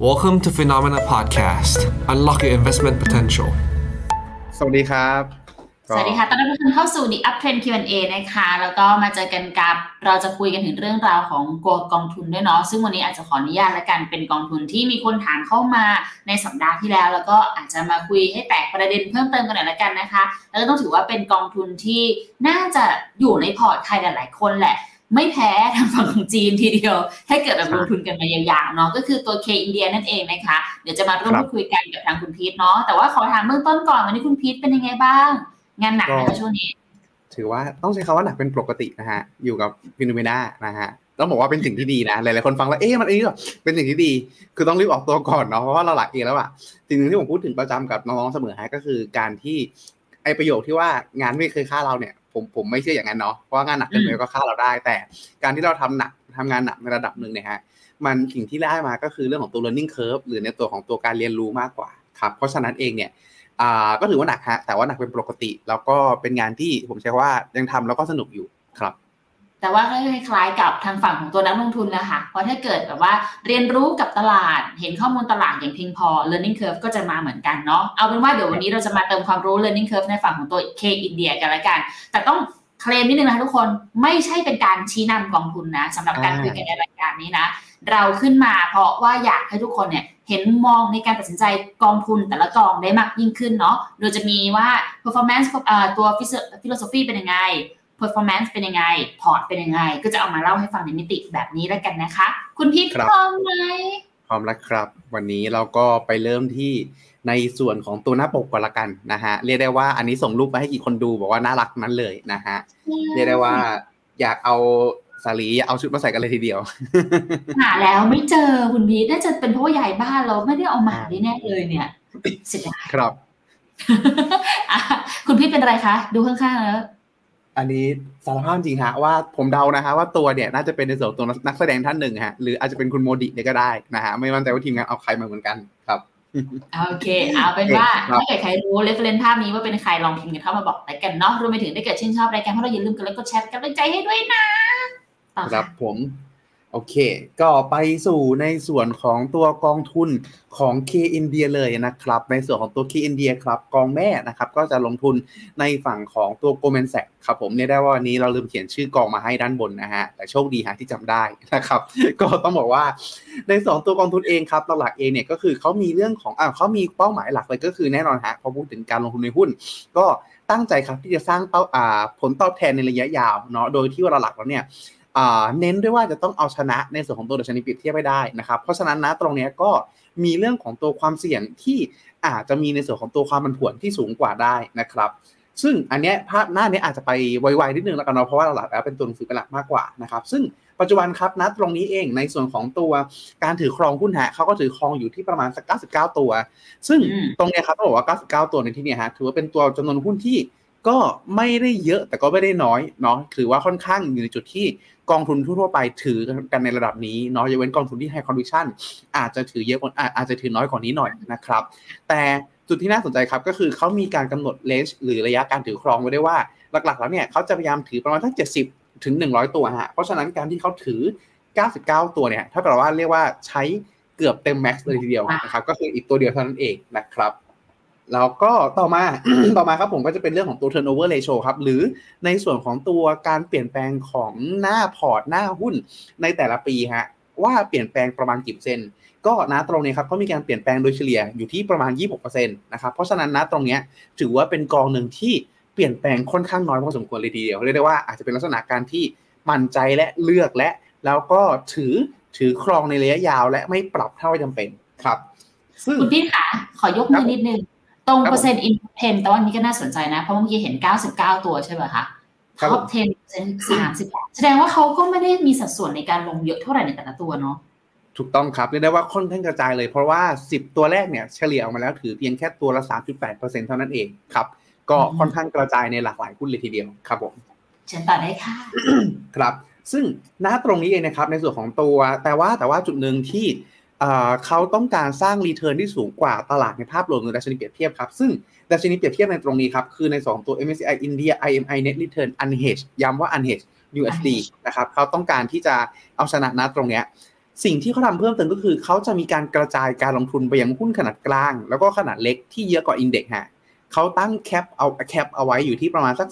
Welcome to Phenomena Podcast. Unlock your investment potential. สวัสดีครับสวัสดีค่ะต้อนรับทุกท่านเข้าสู่ The Uptrend Q&A นะคะแล้วก็มาเจอกันกับเราจะคุยกันถึงเรื่องราวของกองทุนด้วยเนาะซึ่งวันนี้อาจจะขออนุญาตละกันเป็นกองทุนที่มีคนถามเข้ามาในสัปดาห์ที่แล้วแล้วก็อาจจะมาคุยให้แตกประเด็นเพิ่มเติมกันหน่อยละกันนะคะแล้วก็ต้องถือว่าเป็นกองทุนที่น่าจะอยู่ในพอร์ตใครหลายๆคนแหละไม่แพ้ทางฝั่งของจีนทีเดียวให้เกิดแบบลงทุนกันมายาวๆเนาะก็คือตัว K India นั่นเองนะคะเดี๋ยวจะมาร่วมพูดคุยกันกับทางคุณพีทเนาะแต่ว่าขอถามเบื้องต้นก่อนวันนี้คุณพีทเป็นยังไงบ้างงานหนักไหมช่วงนี้ถือว่าต้องใช้คำว่าหนักเป็นปกตินะฮะอยู่กับฟิโนเมนานะฮะต้องบอกว่าเป็นสิ่งที่ดีนะหลายๆคนฟังแล้วมันอันนี้เป็นสิ่งที่ดีคือต้องรีบออกตัวก่อนเนาะเพราะว่าเราหลักเองแล้วอะสิ่งนึงที่ผมพูดถึงประจำกับน้องๆเสมอฮะก็คือการที่ไอประโยคที่ว่างานไม่เคยฆ่าเราเนี่ยผมไม่เชื่ออย่างนั้นเนาะเพราะว่างานหนักเกินไปก็ฆ่าเราได้แต่การที่เราทำงานหนักในระดับนึงเนี่ยฮะมันสิ่งที่ได้มาก็คือเรื่องของตัว learning curve หรือในตัวของตัวการเรียนรู้มากกว่าครับเพราะฉะนั้นเองเนี่ยก็ถือว่าหนักฮะแต่ว่าหนักเป็นปกติแล้วก็เป็นงานที่ผมใช้ว่ายังทำแล้วก็สนุกอยู่ครับแต่ว่าก็คล้ายๆกับทางฝั่งของตัวนักลงทุนแหละค่ะเพราะถ้าเกิดแบบว่าเรียนรู้กับตลาดเห็นข้อมูลตลาดอย่างเพียงพอ learning curve ก็จะมาเหมือนกันเนาะเอาเป็นว่าเดี๋ยววันนี้เราจะมาเติมความรู้ learning curve ในฝั่งของตัว K India กันละกันแต่ต้องเคลมนิดนึงนะคะทุกคนไม่ใช่เป็นการชี้นำกองทุนนะสำหรับการคุยกันในรายการนี้นะเราขึ้นมาเพราะว่าอยากให้ทุกคนเนี่ยเห็นมุมมองในการตัดสินใจกองทุนแต่ละกองได้มากยิ่งขึ้นเนาะโดยจะมีว่า performance ตัว philosophy เป็นยังไง performance เป็นยังไง พอร์ตเป็นยังไงก็จะเอามาเล่าให้ฟังในมิติแบบนี้แล้วกันนะคะคุณพีทพร้อมไหมพร้อมแล้วครับวันนี้เราก็ไปเริ่มที่ในส่วนของตัวหน้าปกก่อนละกันนะฮะเรียกได้ว่าอันนี้ส่งรูปมาให้กี่คนดูบอกว่าน่ารักนั้นเลยนะฮะเรียกได้ว่าอยากเอาสาลีเอาชุดมาใส่กันเลยทีเดียวหาแล้วไม่เจอคุณพีทน่าจะเป็นเพราะว่าย้ายบ้านเราไม่ได้เอามาได้แน่เลยเนี่ยเสียดายครับคุณพีทเป็นอะไรคะดูข้างๆแล้วอันนี้สารภาพจริงฮะว่าผมเดานะฮะว่าตัวเนี่ยน่าจะเป็นในส่วนตัวนักแสดงท่านหนึ่งฮะหรืออาจจะเป็นคุณโมดิเนี่ยก็ได้นะฮะไม่มั่นใจว่าทีมงานเอาใครมาเหมือนกันครับโอเคเอาเป็นว่าถ้าเกิดใครรู้ reference ภาพนี้ว่าเป็นใครลองพิมพ์กันเข้ามาบอกรายกันเนาะรวมไปถึงถ้าเกิดชื่นชอบรายการพวกเราอย่าลืมกดไลค์กดแชร์กำลังใจให้ด้วยนะครับผมโอเคก็ไปสู่ในส่วนของตัวกองทุนของ K India เลยนะครับในส่วนของตัว K India ครับกองแม่นะครับก็จะลงทุนในฝั่งของตัว Goldman Sachs ครับผมเนี่ยได้ว่าวันนี้เราลืมเขียนชื่อกองมาให้ด้านบนนะฮะแต่โชคดีฮะที่จำได้นะครับก็ต้องบอกว่าในส่วนตัวกองทุนเองครับหลักเองเนี่ยก็คือเขามีเรื่องของเขามีเป้าหมายหลักเลยก็คือแน่นอนฮะพอพูดถึงการลงทุนในหุ้นก็ตั้งใจครับที่จะสร้างผลตอบแทนในระยะยาวเนาะโดยที่ว่าหลักแล้วเนี่ยเน้นด้วยว่าจะต้องเอาชนะในส่วนของตัวดัชนีเปรียบเทียบให้ได้นะครับเพราะฉะนั้นนะตรงนี้ก็มีเรื่องของตัวความเสี่ยงที่อาจจะมีในส่วนของตัวความผันผวนที่สูงกว่าได้นะครับซึ่งอันนี้ภาพหน้านี้อาจจะไปไวๆนิดนึงแล้วกันเนาะเพราะว่าหลักแล้วเป็นตัวหนังสือเป็นหลักมากกว่านะครับซึ่งปัจจุบันครับณตรงนี้เองในส่วนของตัวการถือครองหุ้นฮะเขาก็ถือครองอยู่ที่ประมาณสัก99ตัวซึ่งตรงนี้ครับต้องบอกว่า99ตัวในที่นี้ฮะถือว่าเป็นตัวจำนวนหุ้นที่ก็ไม่ได้เยอะแต่ก็ไม่ได้น้อยเนาะถือว่าค่อนข้างอยู่ในจุดที่กองทุนทั่วไปถือกันในระดับนี้เนาะยกเว้นกองทุนที่ high conviction อาจจะถือเยอะกว่าอาจจะถือน้อยกว่านี้หน่อยนะครับแต่จุดที่น่าสนใจครับก็คือเขามีการกำหนด range หรือระยะการถือครองไว้ได้ว่าหลักๆแล้วเนี่ยเขาจะพยายามถือประมาณทั้ง70ถึง100ตัวฮะเพราะฉะนั้นการที่เขาถือ99ตัวเนี่ยถ้าแปลว่าเรียกว่าใช้เกือบเต็ม max เลยทีเดียวนะครับก็คืออีกตัวเดียวเท่านั้นเองนะครับแล้วก็ต่อมา ครับผมก็จะเป็นเรื่องของตัว turnover ratio ครับหรือในส่วนของตัวการเปลี่ยนแปลงของหน้าพอร์ตหน้าหุ้นในแต่ละปีฮะว่าเปลี่ยนแปลงประมาณกี่%ก็นะตรงนี้ครับเขามีการเปลี่ยนแปลงโดยเฉลี่ยอยู่ที่ประมาณ 26% นะครับเพราะฉะนั้นนะตรงนี้ถือว่าเป็นกองหนึ่งที่เปลี่ยนแปลงค่อนข้างน้อยพอสมควรเลยทีเดียวเรียกได้ว่าอาจจะเป็นลักษณะการที่มั่นใจและเลือกแล้วก็ถือครองในระยะยาวและไม่ปรับเท่าที่จำเป็นครับซึ่งคุณพี่ขาขอยกมือนิดนึงตรงเปอร์เซ็นต์ independent แต่ว่านี้ก็น่าสนใจนะเพราะเมื่อกี้เห็น99ตัวใช่ไหมคะ top 10% 30แสดงว่าเขาก็ไม่ได้มีสัดส่วนในการลงเยอะเท่าไหร่ในแต่ละตัวเนาะถูกต้องครับเรียกได้ว่าค่อนข้างกระจายเลยเพราะว่า10ตัวแรกเนี่ยเฉลี่ยออกมาแล้วถือเพียงแค่ตัวละ 3.8% เท่านั้นเองครับก็ค่อนข้างกระจายในหลากหลายหุ้นเลยทีเดียวครับผมเชิญต่อได้ค่ะครับซึ่งณตรงนี้เองนะครับในส่วนของตัวแต่ว่าจุดนึงที่เขาต้องการสร้างรีเทิร์นที่สูงกว่าตลาดในภาพรวมหรือดัชนีเปรียบเทียบครับซึ่งดัชนีเปรียบเทียบในตรงนี้ครับคือใน2ตัว MSCI India IMI Net Return Unhedged ย้ำว่า Unhedged USD นะครับเขาต้องการที่จะเอาชนะณตรงเนี้ยสิ่งที่เขาทำเพิ่มเติมก็คือเขาจะมีการกระจายการลงทุนไปยังหุ้นขนาดกลางแล้วก็ขนาดเล็กที่เยอะกว่าอินเด็กซ์ฮะเขาตั้งแคปเอาไว้อยู่ที่ประมาณสัก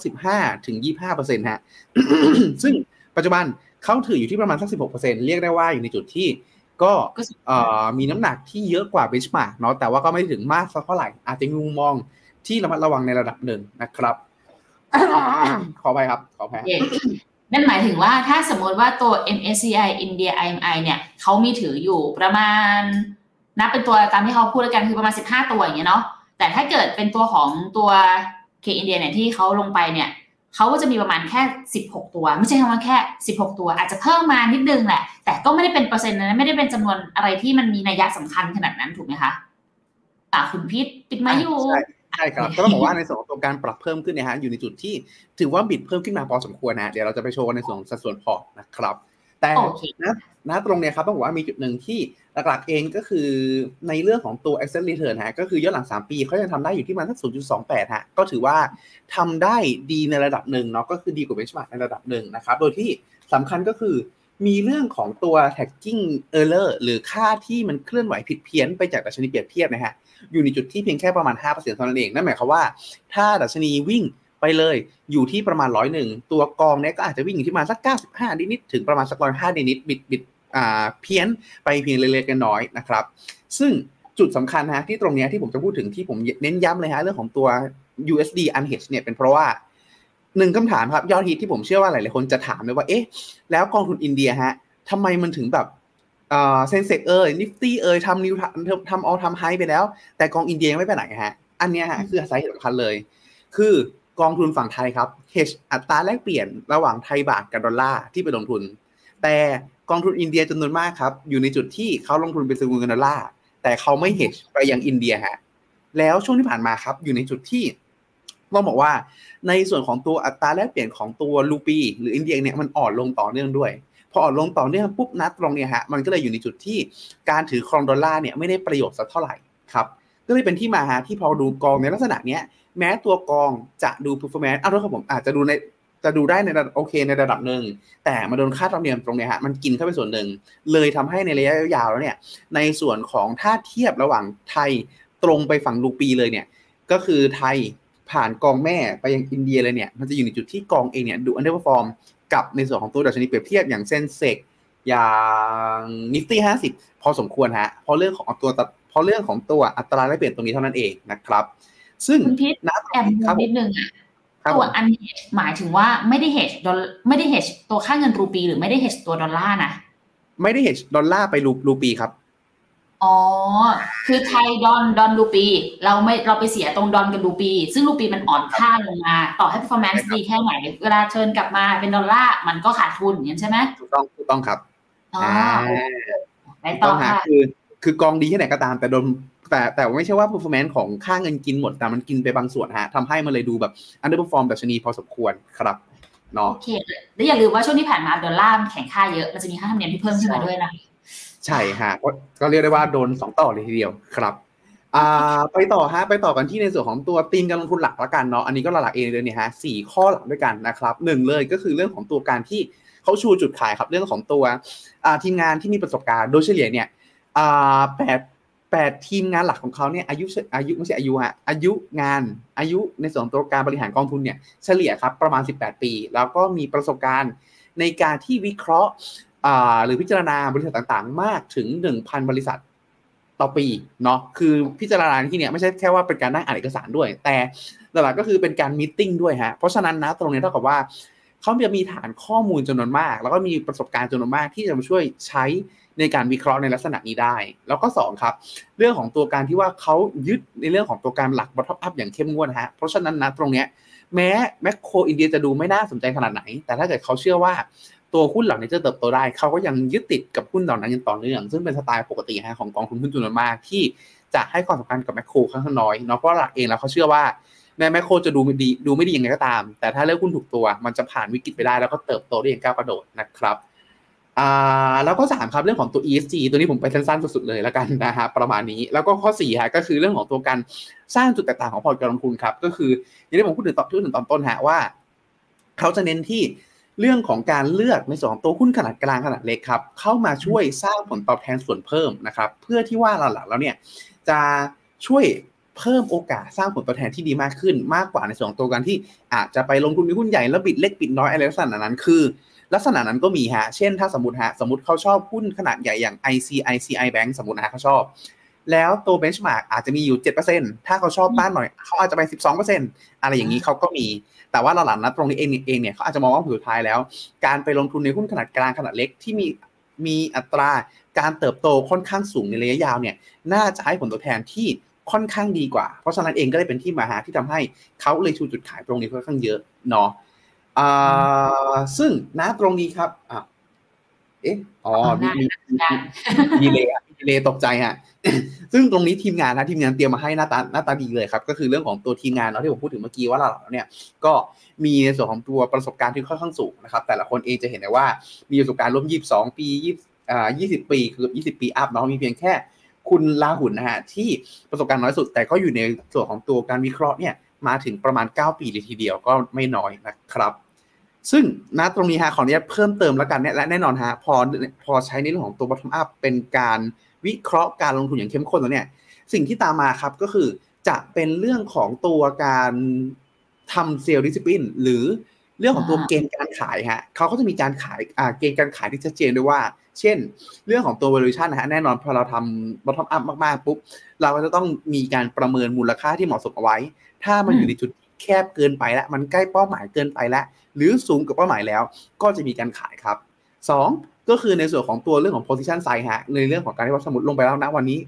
15-25% ฮะ ซึ่งปัจจุบันเขาถืออยู่ที่ประมาณสัก 16% เรียกได้ว่าอยู่ในจุดที่ก็มีน้ำหนักที่เยอะกว่าเบนช์มาร์กเนาะแต่ว่าก็ไม่ถึงมากสักเท่าไหร่อาจจะมีมุมมองที่ระมัดระวังในระดับหนึ่งนะครับ ขอไปครับขอแพ้นั่นหมายถึงว่าถ้าสมมติว่าตัว MSCI India IMI เนี่ยเขามีถืออยู่ประมาณนับเป็นตัวตามที่เขาพูดกันคือประมาณ15ตัวอย่างเงี้ยเนาะแต่ถ้าเกิดเป็นตัวของตัว K India เนี่ยที่เขาลงไปเนี่ยเขาก็จะมีประมาณแค่16ตัวไม่ใช่คำว่าแค่16ตัวอาจจะเพิ่มมานิดนึงแหละแต่ก็ไม่ได้เป็นเปอร์เซ็นต์นะไม่ได้เป็นจำนวนอะไรที่มันมีนัยสำคัญขนาดนั้นถูกไหมคะคุณพิษปิดมาอยู่ใช่ครับก็ต้องบอกว่าในส่วนของตัวการปรับเพิ่มขึ้นเนี่ยฮะอยู่ในจุดที่ถือว่าบิดเพิ่มขึ้นมาพอสมควรนะเดี๋ยวเราจะไปโชว์ในส่วนของสัดส่วนพอร์ตนะครับแต่นะตรงเนี้ยครับต้องบอกว่ามีจุดหนึ่งที่หลักๆเองก็คือในเรื่องของตัว asset return ฮะก็คือย้อนหลัง3ปีเขายังทำได้อยู่ที่มันสัก 0.28 ฮะก็ถือว่าทำได้ดีในระดับหนึ่งเนาะก็คือดีกว่า benchmark ในระดับหนึ่งนะครับโดยที่สำคัญก็คือมีเรื่องของตัว tagging error หรือค่าที่มันเคลื่อนไหวผิดเพี้ยนไปจากดัชนีเปรียบเทียบนะฮะอยู่ในจุดที่เพียงแค่ประมาณ 5% เท่านั้นเองนั่นหมายความว่าถ้าดัชนีวิ่งไปเลยอยู่ที่ประมาณ101ตัวกองเนี่ยก็อาจจะวิ่งอยู่ที่ประมาณสัก95นิดๆถึงประมาณสัก105นิดๆบิดเพี้ยนไปเพียงเล็กๆน้อยๆนะครับซึ่งจุดสำคัญฮะที่ตรงนี้ที่ผมจะพูดถึงที่ผมเน้นย้ำเลยฮะเรื่องของตัว USD unhedged เนี่ยเป็นเพราะว่า1คำถามครับยอดฮิตที่ผมเชื่อว่าหลายๆคนจะถามเลยว่าเอ๊ะแล้วกองทุนอินเดียฮะทำไมมันถึงแบบเซนเซกนิฟตี้ทำนิวทำออลทำไฮไปแล้วแต่กองอินเดียยังไม่ไปไหนฮะอันนี้ฮะคือสาเหตุสำคัญเลยคือกองทุนฝั่งไทยครับ hedge อัตราแลกเปลี่ยนระหว่างไทยบาทกับดอลลาร์ที่ไปลงทุนแต่กองทุนอินเดียจำนวนมากครับอยู่ในจุดที่เขาลงทุนเป็นสกุลเงินดอลลาร์แต่เขาไม่ hedge ไปยังอินเดียฮะแล้วช่วงที่ผ่านมาครับอยู่ในจุดที่ต้องบอกว่าในส่วนของตัวอัตราแลกเปลี่ยนของตัวรูปีหรืออินเดียเนี่ยมันอ่อนลงต่อเนื่องด้วยพออ่อนลงต่อเนื่องปุ๊บนัดตรงเนี่ยฮะมันก็เลยอยู่ในจุดที่การถือครองดอลลาร์เนี่ยไม่ได้ประโยชน์สักเท่าไหร่ครับก็เลยเป็นที่มาฮะที่พอดูกองในลักษณะเนี้ยแม้ตัวกองจะดู performance ครับผมอาจจะดูได้ในระดับโอเคในระดับหนึ่งแต่มาโดนค่าธรรมเนียมตรงนี้ฮะมันกินเข้าไปส่วนหนึ่งเลยทำให้ในระยะยาวแล้วเนี่ยในส่วนของถ้าเทียบระหว่างไทยตรงไปฝั่งรูปีเลยเนี่ยก็คือไทยผ่านกองแม่ไปยังอินเดียเลยเนี่ยมันจะอยู่ในจุดที่กองเองเนี่ยดู underperform กับในส่วนของตัวดัชนีเปรียบเทียบอย่างเซ็นเซกอย่าง Nifty 50พอสมควรฮะเพราะเรื่องของตัวอัตราแลกเปลี่ยนตรงนี้เท่านั้นเองนะครับซึ่งนะแอบนิดนึงตัวอันเฮดหมายถึงว่าไม่ได้เฮดตัวค่าเงินรูปีหรือไม่ได้เฮดตัวดอลลาร์นะไม่ได้เฮดดอลลาร์ไปรูปีครับอ๋อคือไทยดอนรูปีเราไปเสียตรงดอนกับรูปีซึ่งรูปีมันอ่อนค่าลงมาต่อให้ performance ดีแค่ไหนเวลาเชิญกลับมาเป็นดอลลาร์มันก็ขาดทุนอย่างนั้นใช่ไหมถูกต้องครับไปต่อค่ะคือกองดีแค่ไหนก็ตามแต่ไม่ใช่ว่า performance ของค่าเงินกินหมดแต่มันกินไปบางส่วนฮะทำให้มันเลยดูแบบ underperform ดัชนีพอสมควรครับเนาะโอเคแล้วอย่าลืมว่าช่วงที่ผ่านมาดอลลาร์มันแข็งค่าเยอะมันจะมีค่าธรรมเนียมที่เพิ่มขึ้นมาด้วยนะใช่ฮะก็เรียกได้ว่าโดน2ต่อเลยทีเดียวครับไปต่อกันที่ในส่วนของตัวธีมการลงทุนหลักละกันเนาะอันนี้ก็หลักๆเองเลยเนี่ยฮะ4ข้อหลักด้วยกันนะครับ1เลยก็คือเรื่องของตัวการที่เขาชูจุดขายครับเรื่องของตัวทีมงานที่มีประสบการณ์โดยเฉลี่ยเนี่ย8ทีมงานหลักของเขาเนี่ยอายุไม่ใช่อายุฮะอายุในส่วนของตัวการบริหารกองทุนเนี่ยเฉลี่ยครับประมาณ18ปีแล้วก็มีประสบการณ์ในการที่วิเคราะห์หรือพิจารณาบริษัทต่างๆมากถึง 1,000 บริษัทต่อปีเนาะคือพิจารณาที่เนี่ยไม่ใช่แค่ว่าเป็นการนั่งอ่านเอกสารด้วยแต่หลักๆก็คือเป็นการมีตติ้งด้วยฮะเพราะฉะนั้นนะตรงนี้เท่ากับว่าเขาจะมีฐานข้อมูลจำนวนมากแล้วก็มีประสบการณ์จำนวนมากที่จะมาช่วยใช้ในการวิเคราะห์ในลักษณะนี้ได้แล้วก็2ครับเรื่องของตัวการที่ว่าเขายึดในเรื่องของตัวการหลัก bottom up อย่างเข้มงวดฮะเพราะฉะนั้นนะตรงเนี้ยแม้แมคโครอินเดียจะดูไม่น่าสนใจขนาดไหนแต่ถ้าเกิดเขาเชื่อว่าตัวหุ้นเหล่านี้จะเติบโตได้เขาก็ยังยึดติดกับหุ้นเหล่านั้นอย่างต่อเนื่องซึ่งเป็นสไตล์ปกติฮะของกองทุนหุ้นจำนวนมากที่จะให้ความสำคัญกับแมคโครค่อนข้างน้อยเนาะเพราะหลักเองแล้วเขาเชื่อว่าแม้แมคโครจะดูไม่ดียังไงก็ตามแต่ถ้าเลือกหุ้นถูกตัวมันจะผ่านวิกฤตไปได้แล้วก็เติบโตได้อย่างก้าวกระโดดนะครับแล้วก็3ครับเรื่องของตัว ESG ตัวนี้ผมไปสั้นๆสุดๆเลยแล้วกันนะฮะประมาณนี้แล้วก็ข้อ4ฮะก็คือเรื่องของตัวการสร้างจุดแตกต่างของพอร์ตการลงทุนครับก็คืออย่างที่ผมพูดถึงตอนต้นฮะว่าเขาจะเน้นที่เรื่องของการเลือกในส่วนของตัวหุ้นขนาดกลางขนาดเล็กครับเข้ามาช่วยสร้างผลตอบแทนส่วนเพิ่มนะครับเพื่อที่ว่าหลังๆแล้วเนี่ยจะช่วยเพิ่มโอกาสสร้างผลตอบแทนที่ดีมากขึ้นมากกว่าในส่วนของตัวการที่อาจจะไปลงทุนในหุ้นใหญ่แล้วบิดเล็กบิดน้อยอะไรลักษณะนั้นคือลักษณะนั้นก็มีฮะเช่นถ้าสมมติเขาชอบหุ้นขนาดใหญ่อย่าง ICICI Bank สมมติเขาชอบแล้วตัว benchmark อาจจะมีอยู่ 7% ถ้าเขาชอบบ้านหน่อยเขาอาจจะไป 12% อะไรอย่างนี้เขาก็มีแต่ว่าหลังๆนะตรงนี้เองเนี่ยเขาอาจจะมองว่าสุดท้ายแล้วการไปลงทุนในหุ้นขนาดกลางขนาดเล็กที่มีอัตราการเติบโตค่อนข้างสูงในระยะยาวเนี่ยน่าจะให้ผลตอบแทนที่ค่อนข้างดีกว่าเพราะฉะนั้นเองก็เลยเป็นที่มาที่ทำให้เขาเลยชูจุดขายตรงนี้ค่อนข้างเยอะเนาะซึ่งณตรงนี้ครับมีดีเลย์ตกใจฮะซึ่งตรงนี้ทีมงานเตรียมมาให้หน้าตาดีเลยครับก็คือเรื่องของตัวทีมงานเนาะที่ผมพูดถึงเมื่อกี้ว่าเราเนี่ยก็มีในส่วนของตัวประสบการณ์ที่ค่อนข้างสูงนะครับแต่ละคนเองจะเห็นได้ว่ามีประสบการณ์ร่วม22ปี20ปีคือ20ปีอัพเนาะมีเพียงแค่คุณลาหุนนะฮะที่ประสบการณ์น้อยสุดแต่ก็อยู่ในส่วนของตัวการวิเคราะห์เนี่ยมาถึงประมาณ9ปีเลยทีเดียวก็ไม่น้อยนะครับซึ่งณตรงนี้ฮะขออนุญาตเพิ่มเติมแล้วกันเนี่ยและแน่นอนฮะพอใช้ในเรื่องของตัว bottom up เป็นการวิเคราะห์การลงทุนอย่างเข้มข้นแล้วเนี่ยสิ่งที่ตามมาครับก็คือจะเป็นเรื่องของตัวการทำเซลล์ดิสซิปลินหรือเรื่องของตัวเกณฑ์การขายฮะเขาก็จะมีการขายเกณฑ์การขายที่ชัดเจนด้วยว่าเช่นเรื่องของตัว valuation นะฮะแน่นอนพอเราทำ bottom up มากๆปุ๊บเราก็จะต้องมีการประเมินมูลค่าที่เหมาะสมเอาไว้ถ้ามันอยู่ในจุดแคบเกินไปแล้วมันใกล้เป้าหมายเกินไปแล้วหรือสูงกว่าเป้าหมายแล้วก็จะมีการขายครับ2ก็คือในส่วนของตัวเรื่องของ position size ฮะในเรื่องของการที่ว่าสมมุติลงไปแล้วนะวันนี้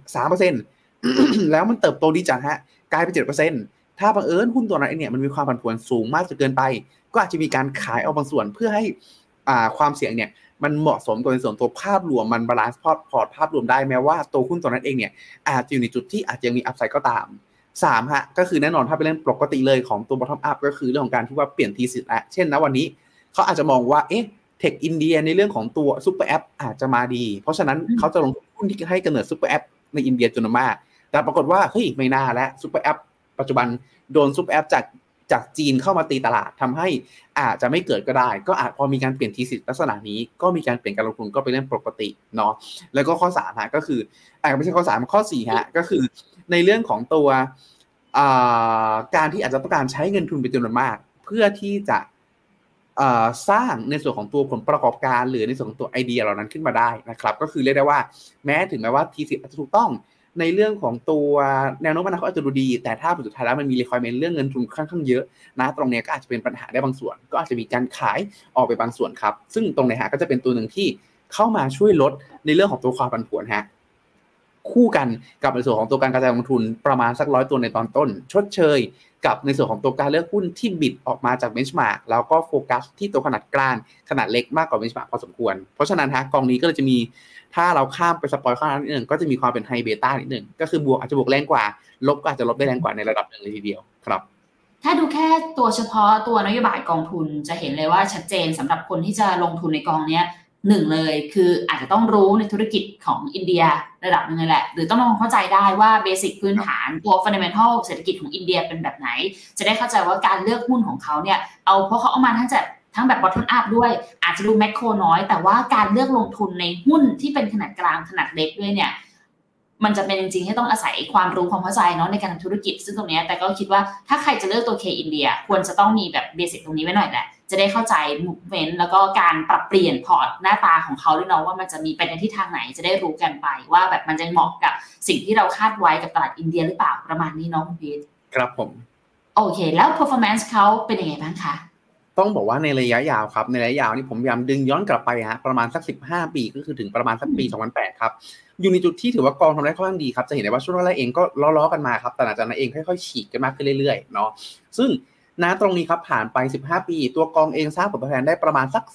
3% แล้วมันเติบโตดีจังฮะกลายเป็น 7% ถ้าบังเอิญหุ้นตัวนั้นเนี่ยมันมีความผันผวนสูงมากจนเกินไปก็อาจจะมีการขายเอาบางส่วนเพื่อให้ความเสี่ยงเนี่ยมันเหมาะสมกับในส่วนตัวภาพรวมมันบาลานซ์พอร์ตภาพรวมได้แม้ว่าตัวหุ้นตัวนั้นเองเนี่ยอาจจะอยู่ในจุดที่อาจจะมีอัพไซด์ก็ตาม3ฮะก็คือแน่นอนถ้าเป็นเรื่องปกติเลยของตัว bottom up ก็คือเรื่องของการที่ว่าเปลี่ยนทีสิทธิ์แล้วเช่นนะวันนี้เขาอาจจะมองว่าเทคอินเดียในเรื่องของตัวซุปเปอร์แอปอาจจะมาดีเพราะฉะนั้นเขาจะลงหุ้นที่ให้กำเนิดซุปเปอร์แอปในอินเดียจำนวนมากแต่ปรากฏว่าเฮ้ยไม่น่าแล้วซุปเปอร์แอปปัจจุบันโดนซุปเปอร์แอปจากจีนเข้ามาตีตลาดทำให้อาจจะไม่เกิดก็ได้ก็อาจพอมีการเปลี่ยนทีสิทธิ์ลักษณะนี้ก็มีการเปลี่ยนการลงทุนก็เป็นเรื่องปกติเนาะแล้วก็ข้อ3ฮะก็คือไม่ใช่ข้อ3ข้อ4ฮะก็คือในเรื่องของตัวการที่อาจจะต้องการใช้เงินทุนเป็นจำนวนมากเพื่อที่จะสร้างในส่วนของตัวผลประกอบการหรือในส่วนของตัวไอเดียเหล่านั้นขึ้นมาได้นะครับก็คือเรียกได้ว่าถึงแม้ว่าทีสิทธิ์อาจจะถูกต้องในเรื่องของตัวแนวโน้มอนาคตอาจจะดูดีแต่ถ้าสุดท้ายแล้วมันมี requirement เรื่องเงินทุนค่อนข้างเยอะนะตรงนี้ก็อาจจะเป็นปัญหาได้บางส่วนก็อาจจะมีการขายออกไปบางส่วนครับซึ่งตรงนี้ฮะก็จะเป็นตัวหนึ่งที่เข้ามาช่วยลดในเรื่องของตัวความผันผวนฮะคู่กันกับในส่วนของตัวการกระจายลงทุนประมาณสัก100ตัวในตอนต้นชดเชยกับในส่วนของตัวการเลือกหุ้นที่บิดออกมาจากเบนช์มาร์กแล้วก็โฟกัสที่ตัวขนาดกลางขนาดเล็กมากกว่าเบนช์มาร์กพอสมควรเพราะฉะนั้นฮะกองนี้ก็เลยจะมีถ้าเราข้ามไปสปอยข้างนั้นนิดนึงก็จะมีความเป็นไฮเบต้านิดนึงก็คือบวกอาจจะบวกแรงกว่าลบก็อาจจะลบได้แรงกว่าในระดับนึงเลยทีเดียวครับถ้าดูแค่ตัวเฉพาะตัวนโยบายกองทุนจะเห็นเลยว่าชัดเจนสำหรับคนที่จะลงทุนในกองเนี้ย1เลยคืออาจจะต้องรู้ในธุรกิจของอินเดียระดับนึงเลยแหละหรือต้องเข้าใจได้ว่าเบสิกพื้นฐานตัว fundamental เศรษฐกิจของอินเดียเป็นแบบไหนจะได้เข้าใจว่าการเลือกหุ้นของเขาเนี่ยเพราะเขาเอามาทั้งแบบ bottom up ด้วยอาจจะดูแมคโครน้อยแต่ว่าการเลือกลงทุนในหุ้นที่เป็นขนาดกลางขนาดเล็กด้วยเนี่ยมันจะเป็นจริงๆที่ต้องอาศัยความรู้ความเข้าใจเนาะในการทำธุรกิจซึ่งตรงนี้แต่ก็คิดว่าถ้าใครจะเลือกตัว K India ควรจะต้องมีแบบเบสิกตรงนี้ไว้หน่อยแหละจะได้เข้าใจ movement แล้วก็การปรับเปลี่ยนพอร์ตหน้าตาของเขาด้วยเนาะว่ามันจะมีไปในทิศทางไหนจะได้รู้กันไปว่าแบบมันจะเหมาะกับสิ่งที่เราคาดไว้กับตลาดอินเดียหรือเปล่าประมาณนี้เนาะคุณพีทครับผมโอเคแล้ว performance เขาเป็นยังไงบ้างคะต้องบอกว่าในระยะยาวครับในระยะยาวนี่ผมพยายามดึงย้อนกลับไปฮะประมาณสัก15ปีก็คือถึงประมาณสักปี2008ครับอยู่ในจุดที่ถือว่ากองทำได้ค่อนข้างดีครับจะเห็นได้ว่าช่วงแรกเองก็ล้อๆกันมาครับแต่หลังจากนั้นเองค่อยๆฉีกกันมากขึ้นเรื่อยๆเนาะซึ่งณตรงนี้ครับผ่านไป15ปีตัวกองเองสร้างผลตอบแทนได้ประมาณสัก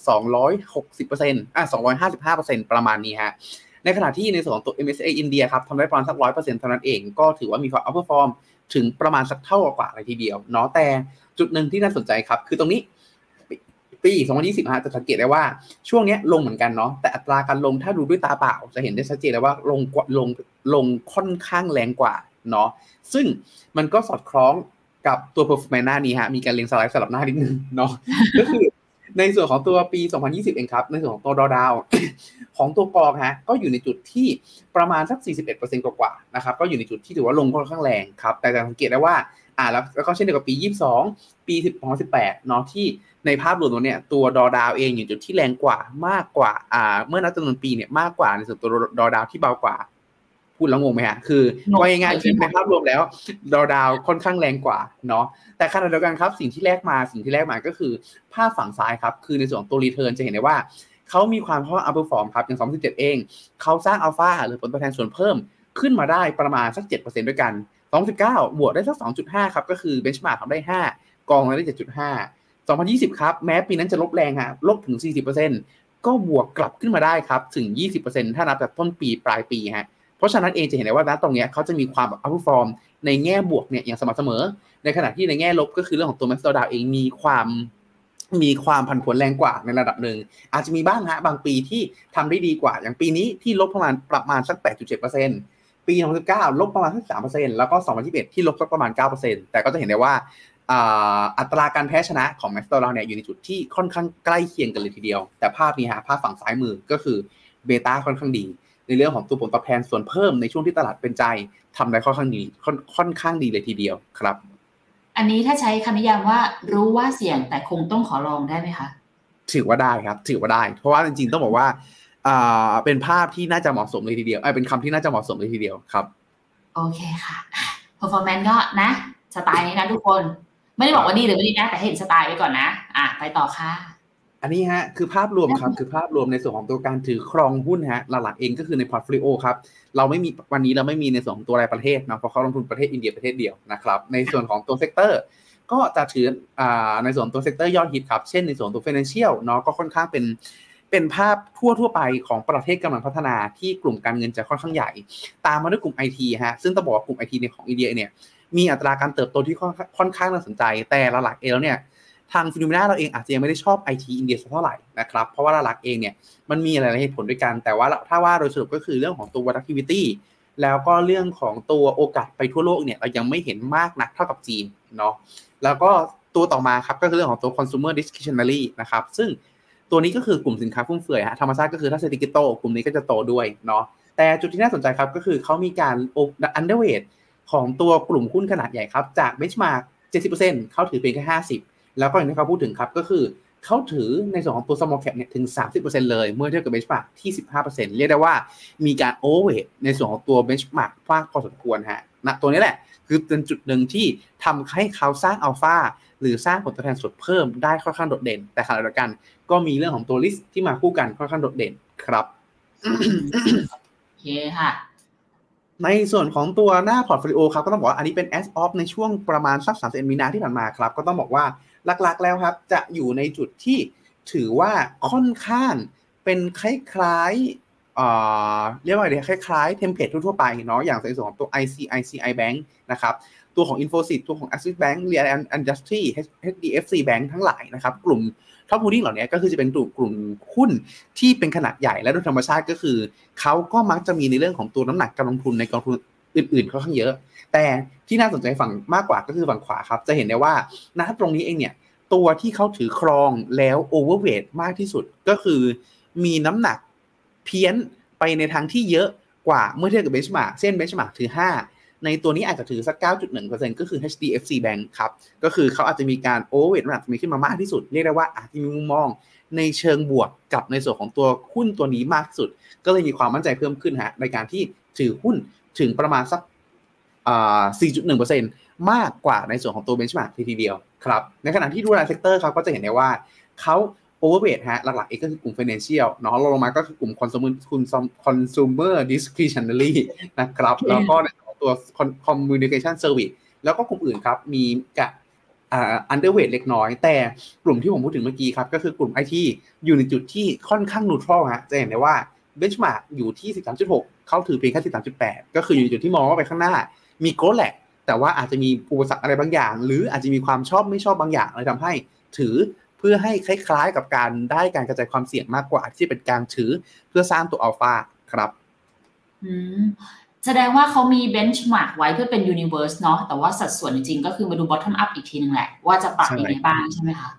260% 255% ประมาณนี้ฮะในขณะที่ในส่วนของตัว MSCI อินเดียครับทำได้ประมาณสัก 100% เท่านั้นเองก็ถือว่ามีความ outperform ถึงประมาณสักเท่ากว่าเลยทีเดียวเนาะแต่จุดนึงที่น่าสนใจครับคือตรงนี้ปี2020จะสังเกตได้ว่าช่วงนี้ลงเหมือนกันเนาะแต่อัตราการลงถ้าดูด้วยตาเปล่าจะเห็นได้ชัดเจนเลยว่าลงค่อนข้างแรงกว่าเนาะซึ่งมันก็สอดคล้องกับตัว performance หน้านี้ฮะมีการเรียงสไลด์สลับหน้านิดนึงเนาะก็คือในส่วนของตัวปี2020เองครับในส่วนของตัวดอดาว ของตัวกองฮะก็อยู่ในจุดที่ประมาณสัก 41% กว่าๆนะครับก็อยู่ในจุดที่ถือว่าลงค่อนข้างแรงครับแต่สังเกตได้ว่าแล้วก็เช่นเดียวกับปี22ปี2018เนาะที่ในภาพรวมตัวเนี่ยตัวดอดาวเองอยู่จุดที่แรงกว่ามากกว่าเมื่อนับจำนวนปีเนี่ยมากกว่าในส่วนตัวดอดาวที่เบากว่าพูดแล้วงงไหมฮะคือว่าง่ายๆในภาพรวมแล้วดอดาวค่อนข้างแรงกว่าเนาะแต่ขณะเดียวกันครับสิ่งที่แลกมาก็คือภาพฝั่งซ้ายครับคือในส่วนของตัวรีเทิร์นจะเห็นได้ว่าเขามีความอัพเปอร์ฟอร์มครับอย่าง2017เองเขาสร้างอัลฟาหรือผลตอบแทนส่วนเพิ่มขึ้นมาได้ประมาณสัก 7% ด้วยกัน2019บวกได้สัก 2.5 ครับก็คือเบนช์มาร์กทำได้5กองได้ 7.5 2020ครับแม้ปีนั้นจะลบแรงฮะลบถึง 40% ก็บวกกลับขึ้นมาได้ครับถึง 20% ถ้านับจากต้นปีปลายปีฮะเพราะฉะนั้นเองจะเห็นได้ว่าณตรงนี้เขาจะมีความอัพเปอร์ฟอร์มในแง่บวกเนี่ยอย่างสม่ำเสมอในขณะที่ในแง่ลบก็คือเรื่องของตัวแม็กซ์ดอดาวเองมีความผันผวนแรงกว่าในระดับหนึ่งอาจจะมีบ้างฮะบางปีที่ทำได้ดีกว่าอย่างปีนี้ที่ลบประมาณสัก 8.7% ปี2019ลบประมาณสัก 3% แล้วก็2021ที่ลบสักประมาณ 9% แต่ก็จะเห็นได้ว่าอัตราการแพ้ชนะของแม็กซ์ดอดาวเนี่ยอยู่ในจุดที่ค่อนข้างใกล้เคียงกันเลยทีเดียวแต่ภาพนี้ฮะภาพฝั่งซ้ายมือก็คือเบต้าค่อนข้างดีในเรื่องของตัวผลตอบแทนส่วนเพิ่มในช่วงที่ตลาดเป็นใจทำได้ค่อนข้างดีเลยทีเดียวครับอันนี้ถ้าใช้คำนิยามว่ารู้ว่าเสี่ยงแต่คงต้องขอลองได้ไหมคะถือว่าได้ครับถือว่าได้เพราะว่าจริงๆต้องบอกว่าเป็นภาพที่น่าจะเหมาะสมเลยทีเดียวเป็นคำที่น่าจะเหมาะสมเลยทีเดียวครับโอเคค่ะ performance ก็นะสไตล์นี้นะทุกคนไม่ได้บอกว่าดีหรือไม่ดีนะแต่เห็นสไตล์ไว้ก่อนนะไปต่อค่ะอันนี้ฮะคือภาพรวมครับคือภาพรวมในส่วนของตัวการถือครองหุ้นฮะหลักๆเองก็คือในพอร์ตโฟลิโอครับวันนี้เราไม่มีในส่วนของตัวรายประเทศนะเพราะเขาลงทุนประเทศอินเดียประเทศเดียวนะครับในส่วนของตัวเซกเตอร์ก็จะถือในส่วนตัวเซกเตอร์ยอดฮิตครับเช่นในส่วนตัว Financial เนาะก็ค่อนข้างเป็นภาพทั่วไปของประเทศกำลังพัฒนาที่กลุ่มการเงินจะค่อนข้างใหญ่ตามมาด้วยกลุ่ม IT ฮะซึ่งต้องบอกว่ากลุ่ม IT ในของอินเดียเนี่ยมีอัตราการเติบโตที่ค่อนข้างน่าสนใจแต่หลักๆเองแล้วเนี่ยทางฟิโนเมนาเราเองอาจจะยังไม่ได้ชอบ IT อินเดียสักเท่าไหร่นะครับเพราะว่าหลักๆเองเนี่ยมันมีหลายเหตุผลด้วยกันแต่ว่าถ้าว่าโดยสรุปก็คือเรื่องของตัว volatility แล้วก็เรื่องของตัวโอกาสไปทั่วโลกเนี่ยเรายังไม่เห็นมากนักเท่ากับจีนเนาะแล้วก็ตัวต่อมาครับก็คือเรื่องของตัว consumer discretionary นะครับซึ่งตัวนี้ก็คือกลุ่มสินค้าฟุ่มเฟือยฮะธรรมชาติก็คือถ้าเศรษฐกิจโตกลุ่มนี้ก็จะโตด้วยเนาะแต่จุดที่น่าสนใจครับก็คือเขามีการ underweight ของตัวกลุ่มหุ้นขนาดใหญ่ครับจาก benchmark 70% เขาถือเพียงแค่50แล้วก็อย่างที่เขาพูดถึงครับก็คือเขาถือในส่วนของตัว small cap เนี่ยถึง 30% เลยเมื่อเทียบกับ benchmark ที่ 15% เรียกได้ว่ามีการ overweight ในส่วนของตัว benchmark มากพอสมควรฮะณตัวนี้แหละคือเป็นจุดหนึ่งที่ทำให้เขาสร้างอัลฟาหรือสร้างผลตอบแทนสดเพิ่มได้ค่อนข้างโดดเด่นแต่ขณะเดียวกันก็มีเรื่องของตัว risk ที่มาคู่กันค่อนข้างโดดเด่นครับโอเคค่ะในส่วนของตัวหน้าพอร์ตโฟลิโอครับก็ต้องบอกว่าอันนี้เป็น as of ในช่วงประมาณสัก31มีนาที่ผ่านมาครับก็ต้องบอกว่าหลักๆแล้วครับจะอยู่ในจุดที่ถือว่าค่อนข้างเป็นคล้ายๆเรียกว่าอะไรคล้ายๆเทมเพลตทั่วๆไปเนาะอย่างในส่วนของตัว ICICI Bank นะครับตัวของ Infosys ตัวของ Axis Bank Reliance Industry HDFC Bank ทั้งหลายนะครับกลุ่มท็อปโฮลดิ้งเหล่านี้ก็คือจะเป็นกลุ่มหุ้นที่เป็นขนาดใหญ่และโดยธรรมชาติก็คือเขาก็มักจะมีในเรื่องของตัวน้ำหนักการลงทุนในกองทุนอื่นๆค่อนข้างเยอะแต่ที่น่าสนใจฝั่งมากกว่าก็คือฝั่งขวาครับจะเห็นได้ว่าณตรงนี้เองเนี่ยตัวที่เขาถือครองแล้วโอเวอร์เวทมากที่สุดก็คือมีน้ำหนักเพี้ยนไปในทางที่เยอะกว่าเมื่อเทียบกับเบนช์มาร์กเช่นเบนช์มาร์กถือ5ในตัวนี้อาจจะถือสัก 9.1% ก็คือ HDFC Bank ครับก็คือเขาอาจจะมีการโอเวอร์เวทน้ำหนักมีขึ้นมามากที่สุดเรียกได้ว่าอาจจะมีมุมมองในเชิงบวกกับในส่วนของตัวหุ้นตัวนี้มากที่สุดก็เลยมีความมั่นใจเพิ่มขึ้นฮะในการที่ถือหุ้นถึงประมาณสัก4.1% มากกว่าในส่วนของตัว benchmark ทีเดียวครับในขณะที่ดูรายเซกเตอร์ครับก็จะเห็นได้ว่าเขาโอเวอร์เวทฮะหลักๆเองก็คือกลุ่ม financial เนาะลงมาก็คือกลุ่ม consumer discretionary นะครับแล้วก็ในตัว communication service แล้วก็กลุ่มอื่นครับมีกับunderweight เล็กน้อยแต่กลุ่มที่ผมพูดถึงเมื่อกี้ครับก็คือกลุ่ม IT อยู่ในจุดที่ค่อนข้าง neutral ฮะจะเห็นได้ว่า benchmark อยู่ที่ 13.6 เขาถือเพียงแค่ 13.8 ก็คืออยู่ในจุดที่มองว่าไปข้างหน้ามีโกลแหละแต่ว่าอาจจะมีอุปสรรคอะไรบางอย่างหรืออาจจะมีความชอบไม่ชอบบางอย่างเลยทำให้ถือเพื่อให้คล้ายๆกับการได้การกระจายความเสี่ยงมากกว่าที่เป็นการถือเพื่อสร้างตัวอัลฟาครับแสดงว่าเขามีเบนช์มาร์กไว้เพื่อเป็นยูนิเวอร์สเนาะแต่ว่าสัดส่วนจริงๆก็คือมาดู bottom up อีกทีนึงแหละว่าจะปรับยังไงบ้างใช่ไหมคะ